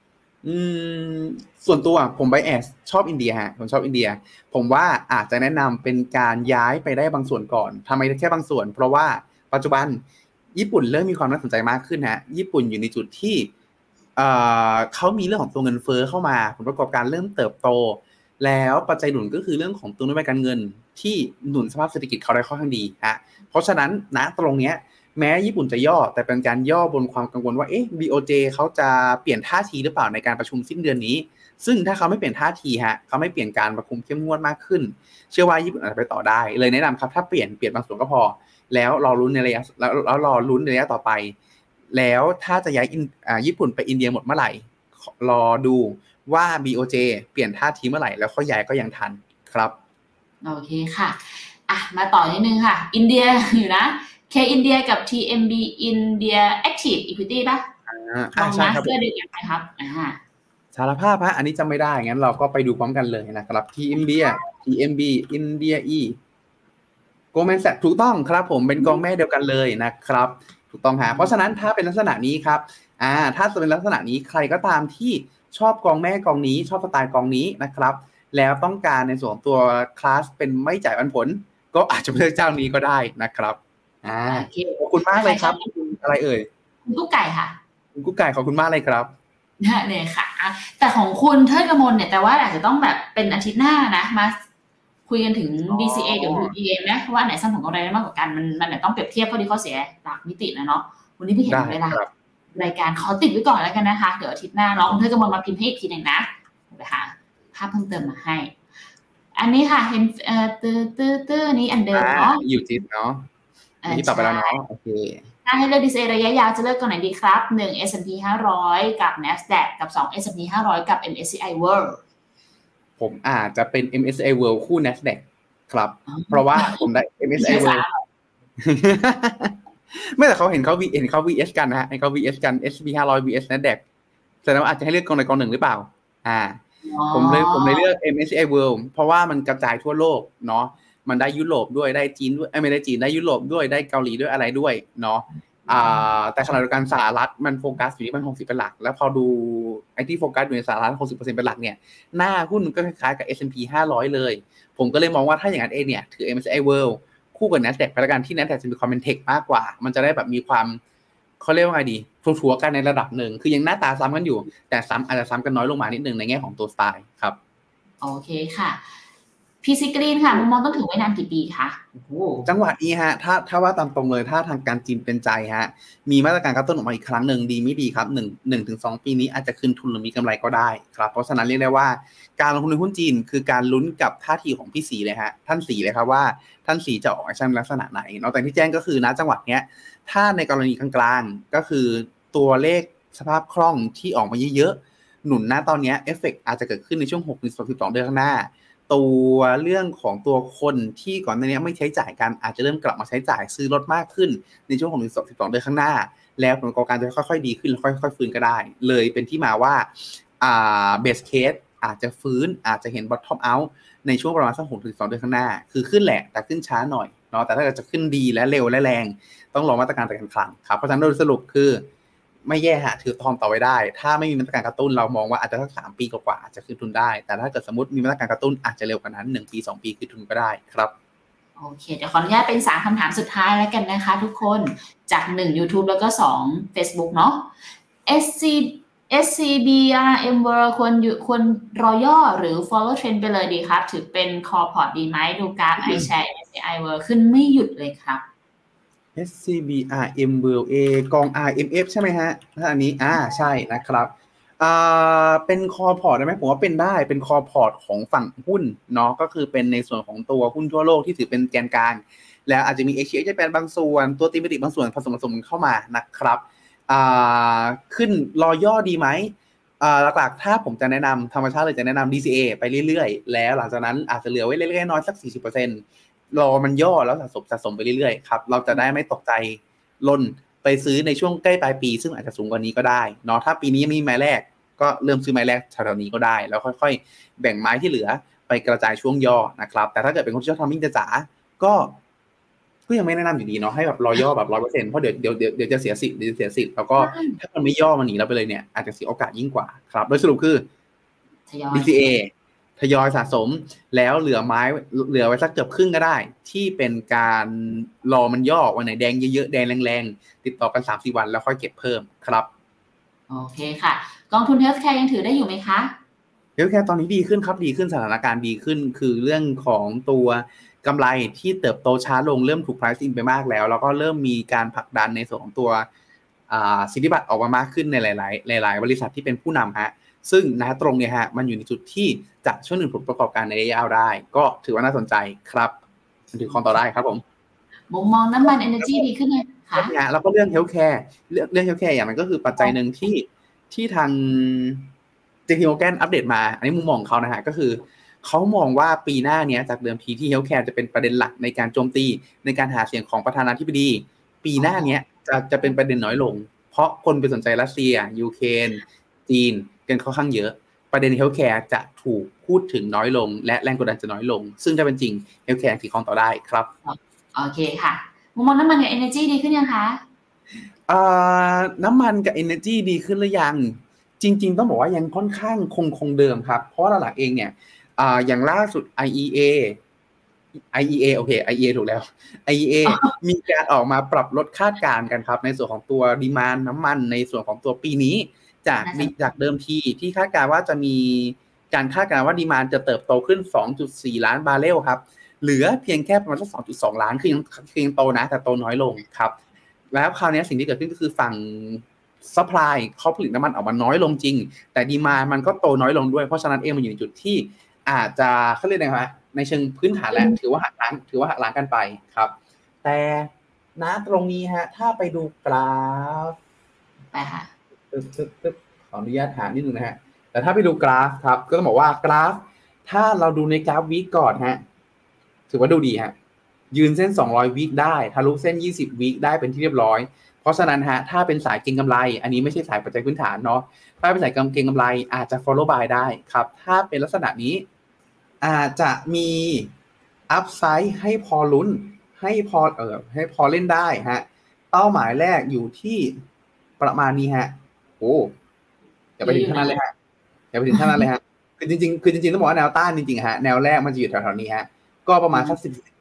อืมส่วนตัวผมไบแอสชอบอินเดียฮะผมชอบอินเดียผมว่าอาจจะแนะนำเป็นการย้ายไปได้บางส่วนก่อนทำไมแค่บางส่วนเพราะว่าปัจจุบันญี่ปุ่นเริ่มมีความน่าสนใจมากขึ้นฮะญี่ปุ่นอยู่ในจุดที่เขามีเรื่องของตัวเงินเฟ้อเข้ามาผลประกอบการเริ่มเติบโตแล้วปัจจัยหนุนก็คือเรื่องของตัวนโยบายการเงินที่หนุนสภาพเศรษฐกิจเขาได้ค่อนข้างดีฮะเพราะฉะนั้นณตรงเนี้ยแม้ญี่ปุ่นจะย่อแต่เป็นการย่อบนความกังวลว่าBOJ เขาจะเปลี่ยนท่าทีหรือเปล่าในการประชุมสิ้นเดือนนี้ซึ่งถ้าเขาไม่เปลี่ยนท่าทีฮะเขาไม่เปลี่ยนการประคุมเข้มงวดมากขึ้นเชื่อว่าญี่ปุ่นอาจจะไปต่อได้เลยแนะนำครับถ้าเปลี่ยนบางส่วนก็พอแล้วรอลุ้นในระยะแล้วรอลุ้นในระยะต่อไปแล้วถ้าจะย้ายญี่ปุ่นไปอินเดียหมดเมื่อไหร่รอดูว่า BOJ เปลี่ยนท่าทีเมื่อไหร่แล้วค่อยย้ายก็ยังทันครับโอเคค่ะมาต่อนิดนึงค่ะอินเดียอยู่นะ K India กับ TMB India Active Equity ป่ะลองมาสเตอร์เดียวกันไหมครับสารภาพฮะอันนี้จำไม่ได้งั้นเราก็ไปดูพร้อมกันเลยนะครับ TMB India E Goldman Sachs ถูกต้องครับผมเป็นกองแม่เดียวกันเลยนะครับถูกต้องฮะเพราะฉะนั้นถ้าเป็นลักษณะนี้ครับถ้าจะเป็นลักษณะนี้ใครก็ตามที่ชอบกองแม่กองนี้ชอบสไตล์กองนี้นะครับแล้วต้องการในส่วนตัวคลาสเป็นไม่จ่ายปันผลก็อาจจะเลือกเจ้านี้ก็ได้นะครับขอบคุณมากเลยครับอะไรเอ่ยคุณกุ๊กไก่ค่ะคุณกุ๊กไก่ขอบคุณมากเลยครับเนี่ยค่ะแต่ของคุณเทิดกมลเนี่ยแต่ว่าอาจจะต้องแบบเป็นอาทิตย์หน้านะมาคุยกันถึง DCA กับ UEM นะว่าไหนสร้างผลกำไรได้มากกว่ากันมันต้องเปรียบเทียบข้อดีข้อเสียหลักมิตินะเนาะวันนี้พี่เห็นเวลารายการขอติดไว้ก่อนแล้วกันนะคะเดี๋ยวอาทิตย์หน้าน้องคุณเทิดกมลมาพิมพ์ให้อีกทีนึงนะเดี๋ยวหาภาพเพิ่มเติมมาให้อันนี้ค่ะเห็นตื้อนี้อันเดิมเนาะอยู่จิตเนาะที่ตอบไปแล้วเนาะโอเคถ้าให้เลือก DCA ระยะยาวจะเลือกตัวไหนดีครับ1 S&P 500กับ Nasdaq กับ2 S&P 500กับ MSCI World ผมอาจจะเป็น MSCI World คู่ Nasdaq ครับเพราะว่าผมได้ MSCI World ไม่แต่เขาเห็นเขา VS กันนะฮะเขา VS กัน S&P 500 VS Nasdaq แสดงว่าอาจจะให้เลือกกองใดกองหนึ่งหรือเปล่าผมเลยเลือก MSCI World เพราะว่ามันกระจายทั่วโลกเนาะมันได้ยุโรปด้วยได้จีนด้วยไม่ได้จีนได้ยุโรปด้วยได้เกาหลีด้วยอะไรด้วยเนาะแต่ขณะเดียวกันสหรัฐมันโฟกัสอยู่ที่มัน60เป็นหลักแล้วพอดูไอ้ที่โฟกัสอยู่ในสหรัฐ 60% เป็นหลักเนี่ยหน้าหุ้นก็คล้ายๆกับ S&P 500เลยผมก็เลยมองว่าถ้าอย่างนั้นเนี่ยถือ MSCI World คู่กับ Nasdaq ไปแล้วกันที่ Nasdaq จะมีความเป็นเทคมากกว่ามันจะได้แบบมีความเขาเรียกว่าไงดีถัวๆกันในระดับหนึ่งคือยังหน้าตาซ้ำกันอยู่แต่อาจจะซ้ำกันน้อยลงมานิดนึงในแง่ของตัวสไตล์ครับโอเคค่ะพีซีกรีนค่ะมุมมองต้องถือไว้นานกี่ปีคะจังหวะนี้ฮะถ้าว่าตามตรงเลยถ้าทางการจีนเป็นใจฮะมีมาตรการกระตุ้นออกมาอีกครั้งหนึ่งดีไม่ดีครับ1 ถึง 2 ปีนี้อาจจะคืนทุนหรือมีกำไรก็ได้ครับเพราะฉะนั้นเรียกได้ว่าการลงทุนในหุ้นจีนคือการลุ้นกับท่าทีของพี่สีเลยฮะท่านสีเลยครับว่าท่านสีจะออกแอคชั่นลักษณะไหนนอกจากที่แจ้งก็คือณจังหวะเนี้ยถ้าในกรณีกลางๆก็คือตัวเลขสภาพคล่องที่ออกมาเยอะๆหนุนณตอนนี้เอฟเฟกต์อาจจะเกิดขึ้นในช่วง6 ถึง 12 เดือนข้างหน้าตัวเรื่องของตัวคนที่ก่อนหน้านี้ไม่ใช้จ่ายกันอาจจะเริ่มกลับมาใช้จ่ายซื้อรถมากขึ้นในช่วงของ12 เดือนข้างหน้าแล้วผลประกอบการจะค่อยๆดีขึ้นแล้วค่อยๆฟื้นก็ได้เลยเป็นที่มาว่าเบสเคสอาจจะฟื้นอาจจะเห็น bottom out ในช่วงประมาณสัก6 ถึง 12 เดือนข้างหน้าคือขึ้นแหละแต่ขึ้นช้าหน่อยเนาะแต่ถ้าจะขึ้นดีและเร็วและแรงต้องรอมาตรการแต่การคลังครับเพราะฉะนั้นโดยสรุปคือไม่แย่ฮะถือทองต่อไว้ได้ถ้าไม่มีมาตรการกระตุ้นเรามองว่าอาจจะสัก3 ปีกว่าอาจจะคืนทุนได้แต่ถ้าเกิดสมมติมีมาตรการกระตุ้นอาจจะเร็วกว่านั้น1 ปี 2 ปีคืนทุนก็ได้ครับโอเคเดี๋ยวขออนุญาตเป็น3คำถามสุดท้ายแล้วกันนะคะทุกคนจาก1 YouTube แล้วก็2 Facebook เนาะ SCBRM World ควรรอย่อหรือ follow trend ไปเลยดีครับถือเป็น core port ดีไหมดูกราฟ iShare MSCI World ขึ้นไม่หยุดเลยครับ SCBRM World A กอง RMF ใช่ไหมฮะถ้าอันนี้ใช่นะครับเป็นคอพอร์ตได้ไหมผมว่าเป็นได้เป็นคอพอร์ตของฝั่งหุ้นเนาะก็คือเป็นในส่วนของตัวหุ้นทั่วโลกที่ถือเป็นแกนกลางแล้วอาจจะมี Exchange จะเป็นบางส่วนตัวตีมติบางส่วนผสมเข้ามานะครับขึ้นรอย่อดีไหมหลักๆถ้าผมจะแนะนำธรรมชาติเลยจะแนะนำ DCA ไปเรื่อยๆแล้วหลังจากนั้นอาจจะเหลือไว้เล็กๆน้อยๆสัก 40%รอมันย่อแล้วสะสมไปเรื่อยๆครับเราจะได้ไม่ตกใจล่นไปซื้อในช่วงใกล้ปลายปีซึ่งอาจจะสูงกว่านี้ก็ได้เนาะถ้าปีนี้มีไม้แรกก็เริ่มซื้อไม้แรกแถวๆนี้ก็ได้แล้วค่อยๆแบ่งไม้ที่เหลือไปกระจายช่วงย่อนะครับแต่ถ้าเกิดเป็นคนที่ชอบทำมิ่งจ๋าก็ก็ยังไม่แนะนำอยู่ดีเนาะให้แบบรอย่อแบบ 100% เพราะเดี๋ยวจะเสียสิทธิ์แล้วก็ถ้ามันไม่ย่อมันหนีเราไปเลยเนี่ยอาจจะเสียโอกาสยิ่งกว่าครับโดยสรุปคือ DCA ทยอยสะสมแล้วเหลือไว้สักเกือบครึ่งก็ได้ที่เป็นการรอมันย่อวันไหนแดงเยอะๆแดงแรงๆติดต่อกัน 3-4 วันแล้วค่อยเก็บเพิ่มครับโอเคค่ะกองทุน Healthcare ยังถือได้อยู่ไหมคะ Healthcare ตอนนี้ดีขึ้นครับดีขึ้นสถานการณ์ดีขึ้นคือเรื่องของตัวกำไรที่เติบโตช้าลงเริ่มถูก price in ไปมากแล้วก็เริ่มมีการผลักดันในส่วนของตัวสิทธิบัตรออกมามากขึ้นในหลายบริษัทที่เป็นผู้นำฮะซึ่งณตรงเนี่ยฮะมันอยู่ในจุดที่จะช่วยหนุนผลประกอบการในระยะยาวได้ก็ถือว่าน่าสนใจครับถือครองต่อได้ครับผมมุมมองน้ำมัน Energy ดีขึ้นไหมคะแล้วก็เรื่อง Healthcare เรื่อง Healthcare อย่างนั้นก็คือปัจจัยหนึ่งที่ทาง JP Morgan อัปเดตมาอันนี้มุมมองเขานะฮะก็คือเขามองว่าปีหน้านี้จากเดิมทีที่ Healthcare จะเป็นประเด็นหลักในการโจมตีในการหาเสียงของประธานาธิบดีปีหน้านี้จะเป็นประเด็นน้อยลงเพราะคนไปสนใจรัสเซียยูเครนจีนกันค่อนข้างเยอะประเด็น Healthcare จะถูกพูดถึงน้อยลงและแรงกดดันจะน้อยลงซึ่งถ้าเป็นจริง Healthcare ถือครองต่อได้ครับโอเคค่ะมุมมองน้ำมันกับ Energy ดีขึ้นยังคะน้ำมันกับ Energy ดีขึ้นหรือยังจริงๆต้องบอกว่ายังค่อนข้างคงเดิมครับเพราะหลักๆเองเนี่ยอย่างล่าสุด IEA โอเค IEA ถูกแล้ว IEA มีการออกมาปรับลดคาดการณ์กันครับในส่วนของตัวดีมานด์น้ำมันในส่วนของตัวปีนี้จากเดิมทีที่คาดการณ์ว่าจะมีการคาดการณ์ว่าดีมานด์จะเติบโตขึ้น 2.4 ล้านบาร์เรลครับเหลือเพียงแค่ประมาณสัก 2.2 ล้านคือยังโตนะแต่โตน้อยลงครับแล้วคราวนี้สิ่งที่เกิดขึ้นก็คือฝั่งซัพพลายเขาผลิตน้ำมันออกมาน้อยลงจริงแต่ดีมานด์มันก็โตน้อยลงด้วยเพราะฉะนั้นเองมันอยู่ในจุดที่อาจจะเขาเรียกไงฮะในเชิงพื้นฐานแล้วถือว่าหักล้างกันไปครับแต่ณตรงนี้ฮะถ้าไปดูกราฟไปค่ะขออนุญาตหานิดนึงนะฮะแต่ถ้าไปดูกราฟครับก็ต้องบอกว่ากราฟถ้าเราดูในกราฟวีคก่อนฮะถือว่าดูดีฮะยืนเส้น200วีคได้ทะลุเส้น20วีคได้เป็นที่เรียบร้อยเพราะฉะนั้นฮะถ้าเป็นสายเก็งกำไรอันนี้ไม่ใช่สายปัจจัยพื้นฐานเนาะถ้าเป็นสายเก็งกำไรอาจจะ follow buy ได้ครับถ้าเป็นลักษณะนี้อาจจะมีอัพไซด์ให้พอลุ้นให้พอเล่นได้ฮะเป้าหมายแรกอยู่ที่ประมาณนี้ฮะโอ้อย่าไปถึงเท่านั้นเลยฮะคือจริงต้องบอกว่าแนวต้านจริงๆฮะแนวแรกมันจะอยู่แถวๆนี้ฮะก็ประมาณสัก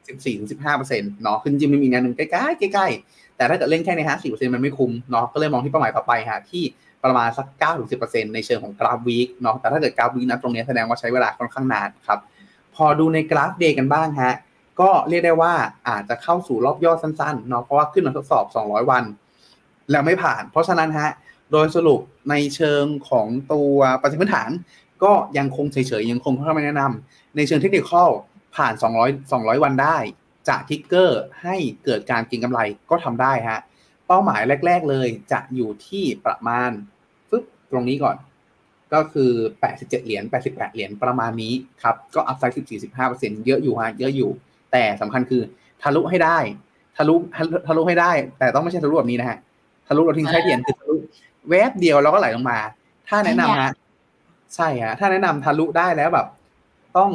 14-15%เนาะคือจริงๆมันมีแนวนึงใกล้ๆแต่ถ้าเกิดเล่นแค่ในฮะ 4% มันไม่คุ้มเนาะก็เลยมองที่เป้าหมายต่อไปฮะที่ประมาณสัก 9-10% ในเชิงของกราฟวีคเนาะแต่ถ้าเกิดกราฟวีคนะตรงนี้แสดงว่าใช้เวลาค่อนข้างนานครับพอดูในกราฟเดย์กันบ้างฮะก็เรียกได้ว่าอาจจะเข้าสู่รอบย่อสั้นๆเนาะเพราะว่าขึ้นมาทดสอบ200วันแล้วไม่ผ่านเพราะฉะนั้นฮะโดยสรุปในเชิงของตัวปัจจัยพื้นฐานก็ยังคงเฉยๆยังคงเข้ามาแนะนำในเชิงเทคนิคผ่าน200วันได้จะทริกเกอร์ให้เกิดการเก็งกำไรก็ทำได้ฮะเป้าหมายแรกๆเลยจะอยู่ที่ประมาณตรงนี้ก่อนก็คือ87เหรียญ88เหรียญประมาณนี้ครับก็อัพไซด์ 14-15% เยอะอยู่ฮะเยอะอยู่แต่สำคัญคือทะลุให้ได้ทะลุให้ได้แต่ต้องไม่ใช่ทะลุแบบนี้นะฮะทะลุเราทิ้งใช้เหรียญคือทะลุแวบเดียวแล้วก็ไหลลงมาถ้าแนะนำฮะใช่ฮะถ้าแนะนำทะลุได้แล้วแบบต้อง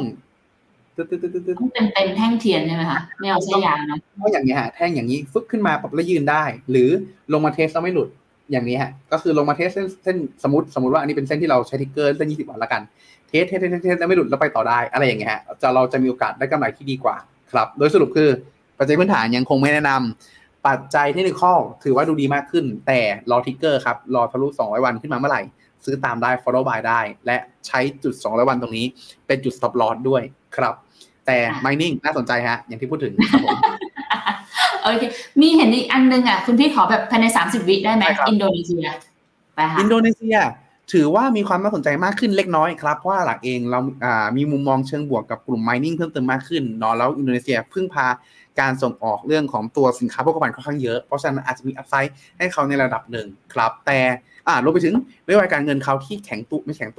เป็นแท่งเทียนใช่ไหมคะไม่เอาใช้ยางนะเพราะอย่างนี้ฮะแท่งอย่างนี้ฟึกขึ้นมาปุ๊บแล้วยืนได้หรือลงมาเทสแล้วไม่หลุดอย่างนี้ฮะก็คือลงมาเทสเส้นสมมติว่าอันนี้เป็นเส้นที่เราใช้ทิกเกอร์เส้น20วันละกันเทสแล้วไม่หลุดแล้วไปต่อได้อะไรอย่างเงี้ยฮะเราจะมีโอกาสได้กำไรที่ดีกว่าครับโดยสรุปคือปัจจัยพื้นฐานยังคงไม่แนะนำปัจจัยเทคนิคอลถือว่าดูดีมากขึ้นแต่รอทิกเกอร์ครับรอทะลุ200วันขึ้นมาเมื่อไหร่ซื้อตามได้ follow buy ได้และใช้จุด200วันตรงนี้เป็นจุด stop loss ด้วยครับแต่ mining น่าสนใจฮะอย่างที่พูดถึงครับผมโอเคมีเห็นอีกอันนึงอ่ะคุณพี่ขอแบบภายใน30วิได้ไหมอินโดนีเซียไปค่ะอินโดนีเซียถือว่ามีความน่าสนใจมากขึ้นเล็กน้อยครับเพราะว่าหลักเองเรามีมุมมองเชิงบวกกับกลุ่ม mining เพิ่มเติมมากขึ้นเนาะแล้วอินโดนีเซียพึ่งพาการส่งออกเรื่องของตัวสินค้าโภคภัณฑ์ค่อนข้างเยอะเพราะฉะนั้นอาจจะมีอัพไซด์ให้เขาในระดับหนึ่งครับแต่รวมไปถึงนโยบายการเงินเขาที่แข็ง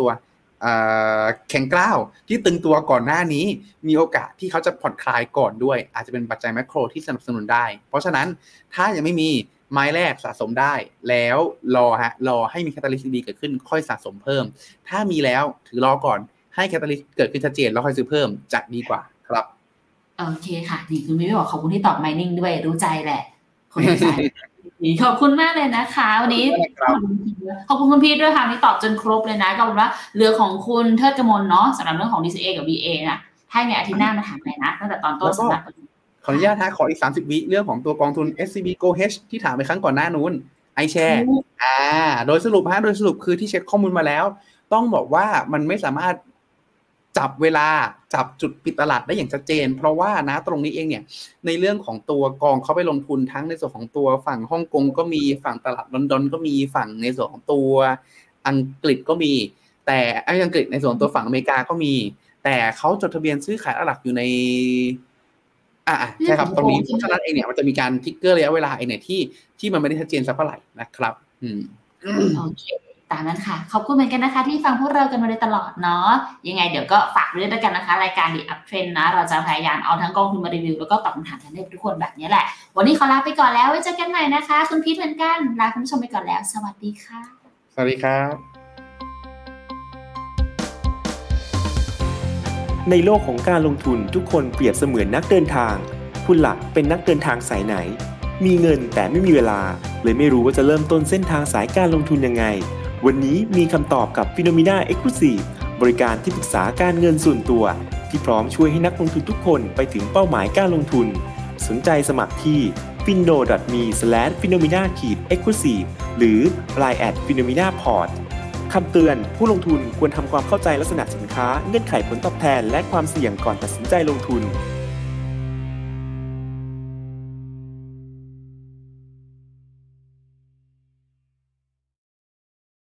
กร้าวที่ตึงตัวก่อนหน้านี้มีโอกาสที่เขาจะผ่อนคลายก่อนด้วยอาจจะเป็นปัจจัยแมคโครที่สนับสนุนได้เพราะฉะนั้นถ้ายังไม่มีไม้แรกสะสมได้แล้วรอให้มีแคตาลิสต์ดีเกิดขึ้นค่อยสะสมเพิ่มถ้ามีแล้วถือรอก่อนให้แคตาลิสต์เกิดขึ้นชัดเจนแล้วค่อยซื้อเพิ่มจะดีกว่าครับโอเคค่ะดีคุณพี่บอกขอบคุณที่ตอบ mining ด้วยรู้ใจแหละคนสายขอบคุณมากเลยนะคะวันนี้ขอบคุณคุณพีทด้วยค่ะที่ตอบจนครบเลยนะก็เป็นว่าเหลือของคุณเทิดกมลเนาะสำหรับเรื่องของ DCA กับ VA นะให้ในอาทิตย์หน้ามาถามเลยนะตั้งแต่ตอนต้นสำหรับขออนุญาตขออีก30 วิเรื่องของตัวกองทุน SCB Go Hedge ที่ถามไปครั้งก่อนหน้านู้นiShare โดยสรุปคือที่เช็คข้อมูลมาแล้วต้องบอกว่ามันไม่สามารถจับเวลาจับจุดปิดตลาดได้อย่างชัดเจนเพราะว่านะตรงนี้เองเนี่ยในเรื่องของตัวกองเขาไปลงทุนทั้งในส่วนของตัวฝั่งฮ่องกงก็มีฝั่งตลาดลอนดอนก็มีฝั่งในส่วนของตัวอังกฤษก็มีแต่อังกฤษในส่วนตัวฝั่งอเมริกาก็มีแต่เขาจดทะเบียนซื้อขายหลักอยู่ในใช่ครับตรงนี้เพราะฉะนั้นเองเนี่ยมันจะมีการทิกเกอร์ระยะเวลาเนี่ยที่มันไม่ได้ชัดเจนสักเท่าไหร่นะครับโอเคตามนั้นค่ะขอบคุณเหมือนกันนะคะที่ฟังพวกเรากันมาโดยตลอดเนาะยังไงเดี๋ยวก็ฝากด้วยกันนะคะรายการ The Uptrend นะเราจะพยายามเอาทั้งกองทุนมารีวิวแล้วก็ตอบคำถามกันให้ทุกคนแบบนี้แหละวันนี้ขอลาไปก่อนแล้วไว้เจอกันใหม่นะคะคุณพีทเหมือนกันลาคุณผู้ชมไปก่อนแล้วสวัสดีค่ะสวัสดีครับในโลกของการลงทุนทุกคนเปรียบเสมือนนักเดินทางคุณหลักเป็นนักเดินทางสายไหนมีเงินแต่ไม่มีเวลาเลยไม่รู้ว่าจะเริ่มต้นเส้นทางสายการลงทุนยังไงวันนี้มีคำตอบกับ Phenomena Exclusive บริการที่ปรึกษาการเงินส่วนตัวที่พร้อมช่วยให้นักลงทุนทุกคนไปถึงเป้าหมายการลงทุนสนใจสมัครที่ findo.me/phenomena-exclusive หรือ line@phenomenaport คำเตือนผู้ลงทุนควรทำความเข้าใจลักษณะสินค้าเงื่อนไขผลตอบแทนและความเสี่ยงก่อนตัดสินใจลงทุน